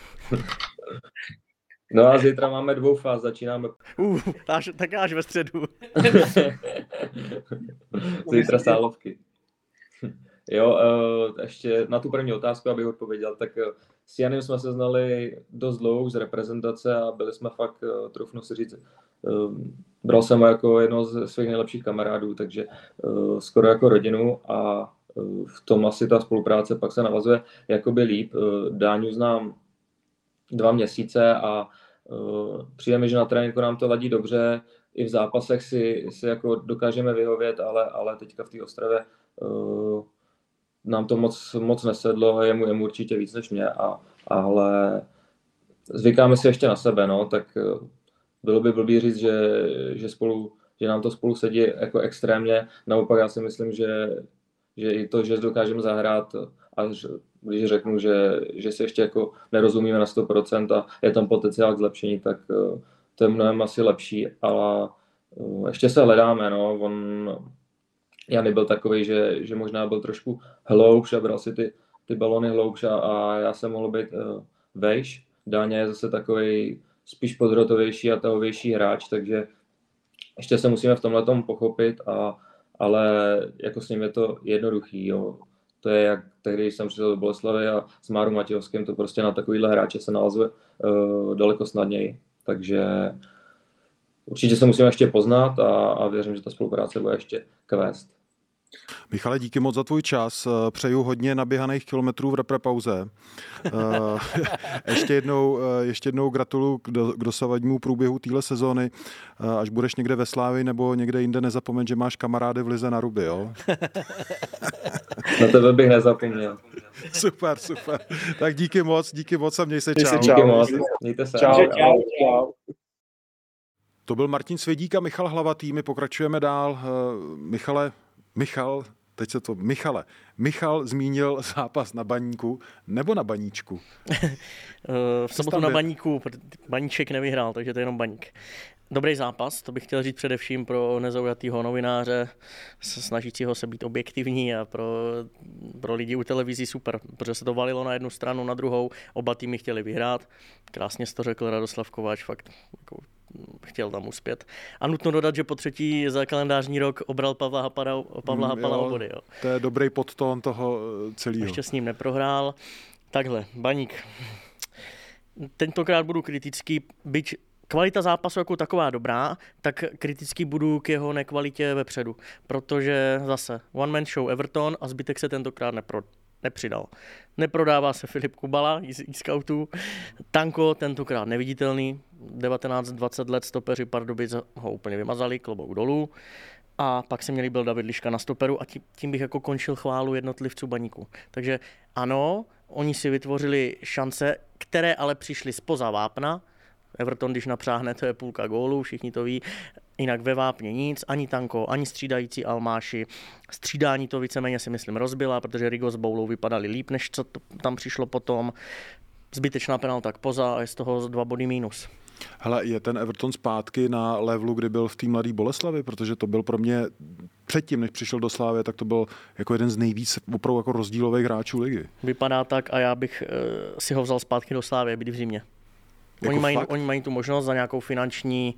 No a zítra máme 2 fáz, začínáme. Tak až ve středu. Zítra sálovky. Jo, ještě na tu první otázku, abych odpověděl, tak s Janem jsme se znali dost dlouho z reprezentace a byli jsme fakt, troufnu si říct, bral jsem ho jako jednoho z svých nejlepších kamarádů, takže skoro jako rodinu a v tom asi ta spolupráce pak se navazuje jakoby líp. Dáňu znám 2 měsíce a přijde mi, že na tréninku nám to ladí dobře, i v zápasech si jako dokážeme vyhovět, ale teďka v té Ostravě nám to moc nesedlo, je mu určitě víc než mě, ale zvykáme si ještě na sebe, no, tak bylo by blbý říct, že nám to spolu sedí jako extrémně, naopak já si myslím, že i to, že dokážeme zahrát, až když řeknu, že si ještě jako nerozumíme na 100% a je tam potenciál k zlepšení, tak to je mnohem asi lepší, ale ještě se hledáme, no, Jany byl takový, že možná byl trošku hloubš a bral si ty balony hloubš a já jsem mohl být vejš. Dáňa je zase takový spíš podhrotovější a tahovější hráč, takže ještě se musíme v tomhletom pochopit, ale jako s ním je to jednoduchý, jo. To je jak tehdy, když jsem přišel do Boleslavy a s Máru Matějovským, to prostě na takovýhle hráče se nalazuje daleko snadněji. Takže určitě se musíme ještě poznat a věřím, že ta spolupráce bude ještě kvést. Michale, díky moc za tvůj čas. Přeju hodně naběhaných kilometrů v reprepauze. Ještě jednou gratuluju k dosavadnímu průběhu téhle sezóny. Až budeš někde ve Slávii nebo někde jinde, nezapomeň, že máš kamarády v lize na ruby, jo? Na tebe bych nezapomněl. Super. Tak díky moc a měj se čau. Díky moc, mějte se. Čau. To byl Martin Svědík a Michal Hlavatý. My pokračujeme dál. Michal zmínil zápas na Baníku nebo na Baníčku? V sobotu na Baníku, Baníček nevyhrál, takže to je jenom Baník. Dobrý zápas, to bych chtěl říct především pro nezaujatýho novináře, snažícího se být objektivní a pro lidi u televizí super, protože se to valilo na jednu stranu, na druhou, oba týmy chtěli vyhrát. Krásně to řekl Radoslav Kováč, fakt jako chtěl tam uspět. A nutno dodat, že po 3. za kalendářní rok obral Pavla Hapala o body. Jo. To je dobrý podtón toho celého. Ještě s ním neprohrál. Takhle, Baník. Tentokrát budu kritický, byť kvalita zápasu jako taková dobrá, tak kritický budu k jeho nekvalitě vepředu, protože zase one man show Everton a zbytek se tentokrát nepřidal. Neprodává se Filip Kubala z scoutů, Tanko tentokrát neviditelný, 19-20 let stopeři Pardubic ho úplně vymazali, klobouk dolů. A pak se měli byl David Liška na stoperu a tím bych jako končil chválu jednotlivců Baníku. Takže ano, oni si vytvořili šance, které ale přišly zpoza vápna, Everton, když napřáhne, to je půlka gólu, všichni to ví. Jinak ve Vápně nic, ani Tanko, ani střídající Almáši. Střídání to víceméně si myslím rozbila, protože Rigo s Boulou vypadali líp, než co tam přišlo potom. Zbytečná penalta k Poza a je z toho 2 body mínus. Hele, je ten Everton zpátky na levelu, kdy byl v té Mladé Boleslavi, protože to byl pro mě předtím, než přišel do Slávie, tak to byl jako jeden z nejvíc opravdu jako rozdílových hráčů ligy. Vypadá tak a já bych si ho vzal zpátky do Slávie, být v zimě. Oni mají tu možnost za nějakou finanční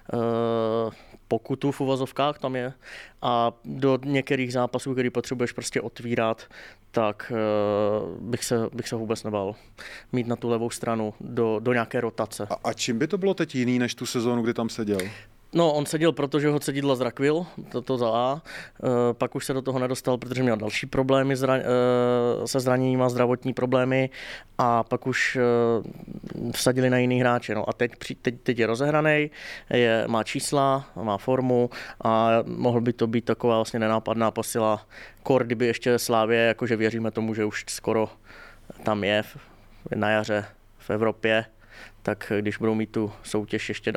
pokutu v uvozovkách, tam je, a do některých zápasů, který potřebuješ prostě otvírat, tak bych se vůbec nebál mít na tu levou stranu do nějaké rotace. A čím by to bylo teď jiný, než tu sezónu, kdy tam seděl? No, on seděl, protože ho cedidla zrakvil, to za A. Pak už se do toho nedostal, protože měl další problémy se zraněním a zdravotní problémy a pak už vsadili na jiný hráče. No a teď je rozehranej, má čísla, má formu a mohl by to být taková vlastně nenápadná posila. Kor, kdyby ještě Slávě, jakože věříme tomu, že už skoro tam je na jaře v Evropě, tak když budou mít tu soutěž ještě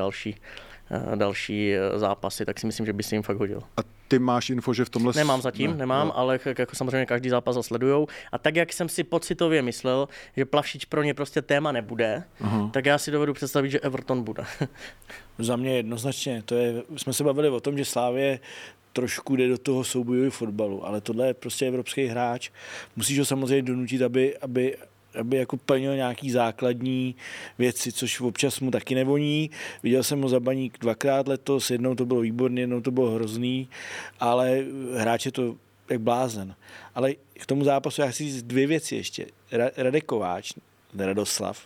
další zápasy, tak si myslím, že by si jim fakt hodil. A ty máš info, že v tomhle... Nemám zatím, ale jako samozřejmě každý zápas ho sledujou. A tak, jak jsem si pocitově myslel, že Plavšič pro ně prostě téma nebude, tak já si dovedu představit, že Everton bude. Za mě jednoznačně. Jsme se bavili o tom, že Slávě trošku jde do toho soubojového fotbalu, ale tohle je prostě evropský hráč. Musíš ho samozřejmě donutit, aby jako plnil nějaký základní věci, což občas mu taky nevoní. Viděl jsem ho za Baník 2krát letos, jednou to bylo výborný, jednou to bylo hrozný, ale hráč je to jak blázen. Ale k tomu zápasu já chci říct 2 věci ještě. Radek Kováč, Radoslav,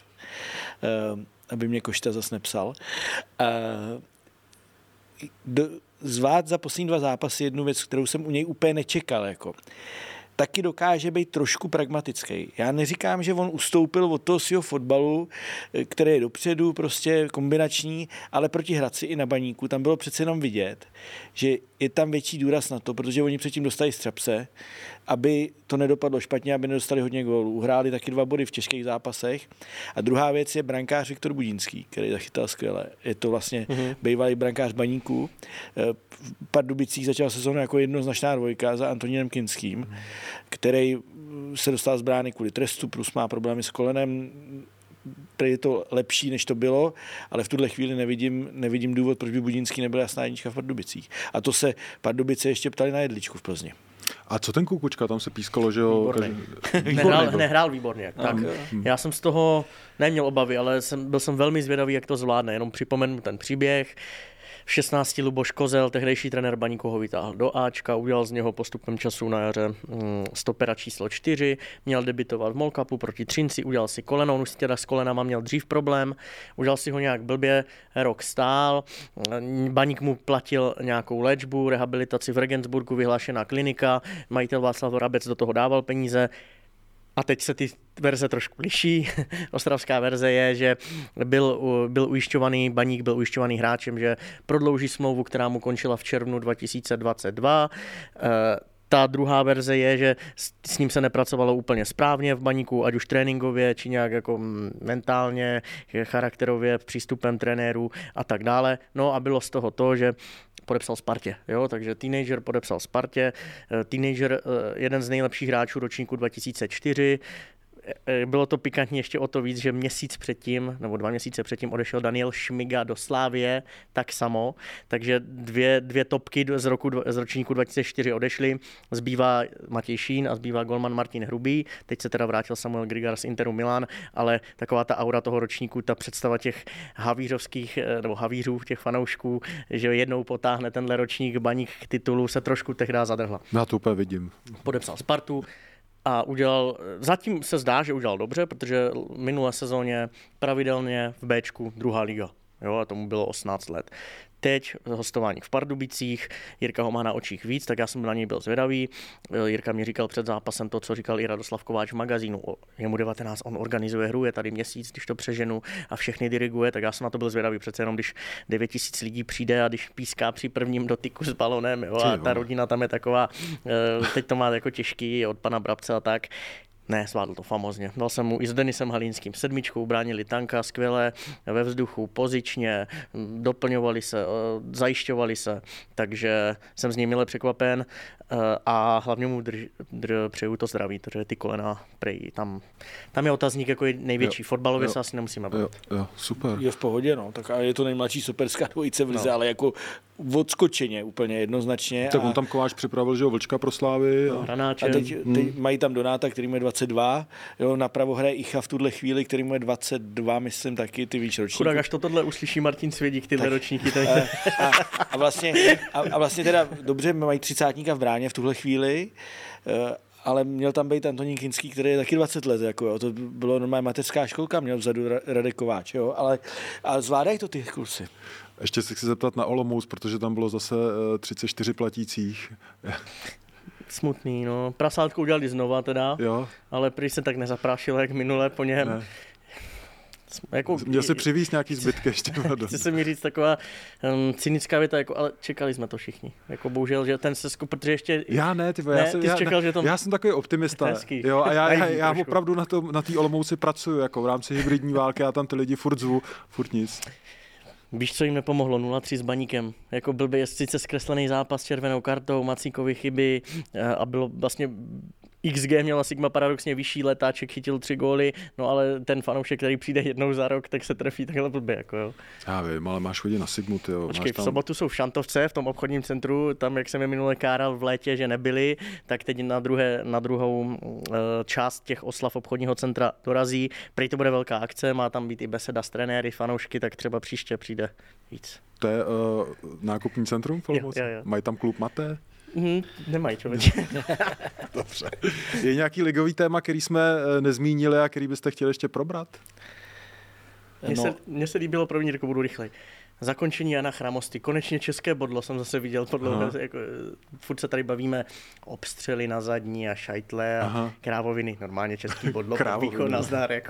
aby mě Košta zas nepsal, zvlád za poslední 2 zápasy jednu věc, kterou jsem u něj úplně nečekal. Jako. Taky dokáže být trošku pragmatický. Já neříkám, že on ustoupil od toho svého fotbalu, který je dopředu, prostě kombinační, ale proti Hradci i na Baníku tam bylo přece jenom vidět, že je tam větší důraz na to, protože oni předtím dostali střapse, aby to nedopadlo špatně, aby nedostali hodně gólů. Uhráli taky 2 body v těžkých zápasech. A druhá věc je brankář Viktor Budínský, který zachytal skvěle. Je to vlastně bývalý brankář Baníku. V Pardubicích začal sezónu jako jednoznačná 2 za Antonínem Kinským, který se dostal z brány kvůli trestu, plus má problémy s kolenem. Tady je to lepší, než to bylo, ale v tuhle chvíli nevidím důvod, proč by Budínský nebyl jasná jednička v Pardubicích. A to se Pardubice ještě ptali na jedličku v Plzni. A co ten Kukučka? Tam se pískalo, že jo... Nehrál výborně. Tak já jsem z toho neměl obavy, ale byl jsem velmi zvědavý, jak to zvládne. Jenom připomenu ten příběh. V 16 Luboš Kozel, tehdejší trenér Baníku, ho vytáhl do Ačka, udělal z něho postupem času na jaře stopera číslo 4, měl debitovat v Mall Cupu proti Třinci, udělal si koleno, on už si teda s kolenama měl dřív problém, udělal si ho nějak blbě, rok stál, Baník mu platil nějakou léčbu, rehabilitaci v Regensburgu, vyhlášená klinika, majitel Václav Rabec do toho dával peníze. A teď se ty verze trošku liší. Ostravská verze je, že byl ujišťovaný, Baník byl ujišťovaný hráčem, že prodlouží smlouvu, která mu končila v červnu 2022. Ta druhá verze je, že s ním se nepracovalo úplně správně v Baníku, ať už tréninkově, či nějak jako mentálně, charakterově, přístupem trenérů a tak dále. No a bylo z toho to, že podepsal Spartě, jo? Takže teenager podepsal Spartě, teenager jeden z nejlepších hráčů ročníku 2004, bylo to pikantní ještě o to víc, že měsíc předtím, nebo 2 měsíce předtím odešel Daniel Šmiga do Slávie, tak samo, takže dvě topky z ročníku 2004 odešly, zbývá Matěj Šín a zbývá golman Martin Hrubý, teď se teda vrátil Samuel Grigar z Interu Milan, ale taková ta aura toho ročníku, ta představa těch havířovských, nebo havířů, těch fanoušků, že jednou potáhne tenhle ročník Baník k titulu, se trošku tehdy zadrhla. Já to úplně vidím. Podepsal Spartu, a zatím se zdá, že udělal dobře, protože minulé sezóně pravidelně v Bčku 2. liga. Jo, a tomu bylo 18 let. Teď hostování v Pardubicích, Jirka ho má na očích víc, tak já jsem na něj byl zvědavý. Jirka mi říkal před zápasem to, co říkal i Radoslav Kováč v magazínu. Je mu 19, on organizuje hru, je tady měsíc, když to přeženu a všechny diriguje, tak já jsem na to byl zvědavý. Přece jenom, když 9 000 lidí přijde a když píská při prvním dotyku s balonem, jo, a ta rodina tam je taková, teď to má jako těžký od pana Brabce a tak. Ne, zvládl to famózně. Dal jsem mu i s Denisem Halínským 7, bránili tanka skvěle, ve vzduchu, pozičně, doplňovali se, zajišťovali se, takže jsem z něj mile překvapen a hlavně mu přeju to zdraví, protože ty kolena prej, tam je otazník jako největší. Fotbalově se asi nemusíme bavit. Jo, super. Je v pohodě, no, tak a je to nejmladší superská dvojice v lize, ale jako odskočeně úplně jednoznačně. Tak on tam Kováč připravil, že jo, Vlčka pro Slávy. A teď mají tam Donáta, který má 22, jo, napravo hraje Icha v tuhle chvíli, který má 22, myslím taky, ty víš ročníky. Chudák, až tohle uslyší Martin Svědík, tyhle ročníky. A vlastně teda dobře, mají 30 v bráně v tuhle chvíli, ale měl tam být Antonín Kinský, který je taky 20 let, jako jo, to bylo normálně mateřská školka, měl vzadu Radek Kováč, jo, ale zvládají to ty kluci. Ještě se chci zeptat na Olomouc, protože tam bylo zase 34 platících. Smutný, no. Prasátko udělali znova teda, jo. Ale prý se tak nezaprášilo, jak minule po něm. Ne. Jako, měl si přivízt nějaký zbytky ještě. Chci se mi říct taková cynická věta, jako, ale čekali jsme to všichni. Jako bohužel, že ten sestup, protože ještě... Já ne, já jsem takový optimista. Hezký. Jo, a já opravdu na té Olomouci pracuju, jako v rámci hybridní války, já tam ty lidi furt zvu, furt nic. Víš, co jim nepomohlo? 0-3 s Baníkem. Jako byl by sice zkreslený zápas s červenou kartou, Macíkovi chyby a bylo vlastně... XG měla Sigma paradoxně vyšší, Letáček chytil 3 góly, no ale ten fanoušek, který přijde jednou za rok, tak se trefí takhle blbě, jako jo. Já vím, ale máš chodit na Sigmu, tyjo. Počkej, v sobotu jsou v Šantovce, v tom obchodním centru, tam, jak jsem je minule káral v létě, že nebyli, tak teď na druhou část těch oslav obchodního centra dorazí. Prý to bude velká akce, má tam být i beseda s trenéry, fanoušky, tak třeba příště přijde víc. To je nákupní centrum v Olomouci? Jo. Mají tam klub Maté? Nemají, člověče. Dobře. Je nějaký ligový téma, který jsme nezmínili a který byste chtěli ještě probrat? Mně se líbilo, první, jako budu rychlej. Zakončení Jana Chramosty. Konečně české bodlo jsem zase viděl. Jako, furt se tady bavíme obstřely na zadní a šajtle a krávoviny. Normálně český bodlo. Východ nazdar. Jako,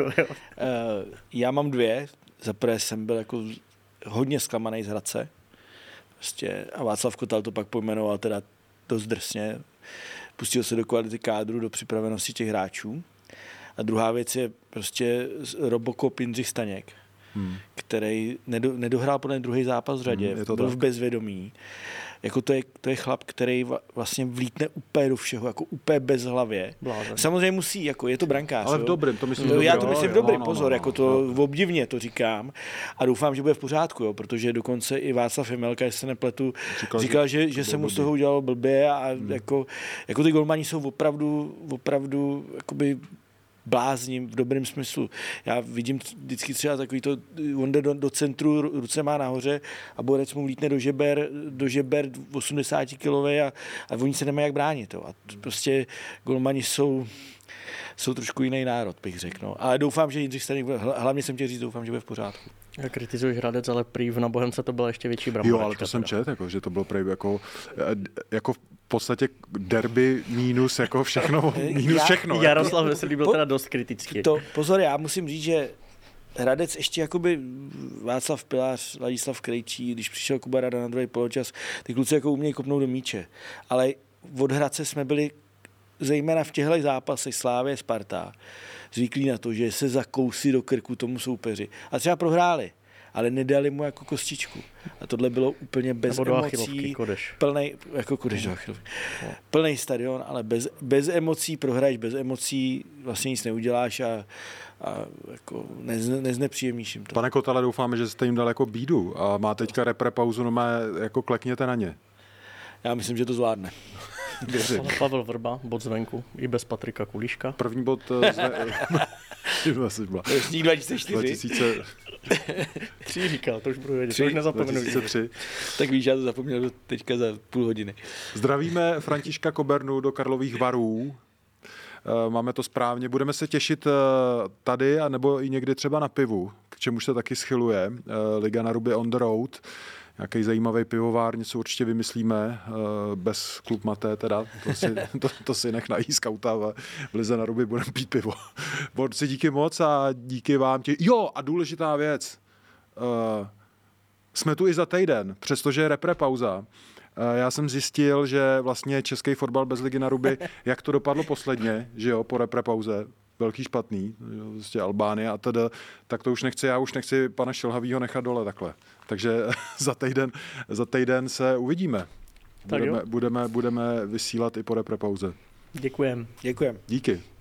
já mám 2. Za prvé jsem byl jako hodně zklamaný z Hradce. Prostě, a Václav Kotal to pak pojmenoval teda dost drsně. Pustil se do kvality kádru, do připravenosti těch hráčů. A druhá věc je prostě Robocop Jindřich Staněk, který nedohrál podle druhý zápas v řadě, byl v bezvědomí. Jako to je chlap, který vlastně vlítne úplně do všeho, jako úplně bezhlavě. Samozřejmě musí, jako je to brankář. Ale v dobrém, to myslím. Já to myslím v dobrém, pozor, jako to obdivně to říkám. A doufám, že bude v pořádku, jo, protože dokonce i Václav Jemelka, jestli se nepletu, říkal, že se mu z toho udělalo blbě a jako ty golmani jsou opravdu jakoby blázním v dobrém smyslu. Já vidím vždycky třeba takový to, on jde do centru, ruce má nahoře a borec mu vlítne do žeber 80 kilovej a oni se nemají jak bránit. Jo. A prostě golmani jsou trošku jiný národ, bych řekl. No. Ale doufám, že Jindřich Staněk, hlavně jsem chtěl říct, doufám, že bude v pořádku. Já kritizuji Hradec, ale prý na Bohemce to byla ještě větší bramboračka. Jo, ale to jsem čet, jako, že to bylo prý jako v podstatě derby mínus jako všechno, všechno. Jaroslav Veselý byl teda dost kritický. Pozor, já musím říct, že Hradec ještě jakoby Václav Pilář, Ladislav Krejčí, když přišel Kuba Rada na druhý poločas, ty kluci jako umějí kopnout do míče. Ale od Hradce jsme byli zejména v těchto zápasech Slávě, Sparta zvyklí na to, že se zakousí do krku tomu soupeři. A třeba prohráli, ale nedali mu jako kostičku. A tohle bylo úplně bez emocí. Plný stadion, ale bez emocí prohraješ, bez emocí vlastně nic neuděláš a jako neznepříjemníš jim to. Pane Kotale, doufáme, že jste jim dal jako bídu a má teďka repre pauzu, no má jako klekněte na ně. Já myslím, že to zvládne. Pavel Vrba, bod zvenku, i bez Patrika Kulíška. První bod Ročník 2004. 3 říkal, to už budu vědět, to už nezapomenu. 2003. Tak víš, já to zapomněl teďka za půl hodiny. Zdravíme Františka Kobernu do Karlových Varů. Máme to správně. Budeme se těšit tady, anebo i někdy třeba na pivu, k čemuž se taky schyluje. Liga na Ruby on the road. Nějaký zajímavý pivovár, něco určitě vymyslíme, bez klub Maté teda, to si nech na e-scouta v Lize na Ruby budeme pít pivo. Borci, díky moc a díky vám. Jo, a důležitá věc, jsme tu i za týden, přestože je repre pauza Já jsem zjistil, že vlastně český fotbal bez ligy na ruby, jak to dopadlo posledně, že jo, po reprepauze, velký špatný, vlastně Albánie a teda, tak to já už nechci pana Šilhavýho nechat dole takhle. Takže za týden se uvidíme. Budeme vysílat i po reprepauze. Děkujem. Díky.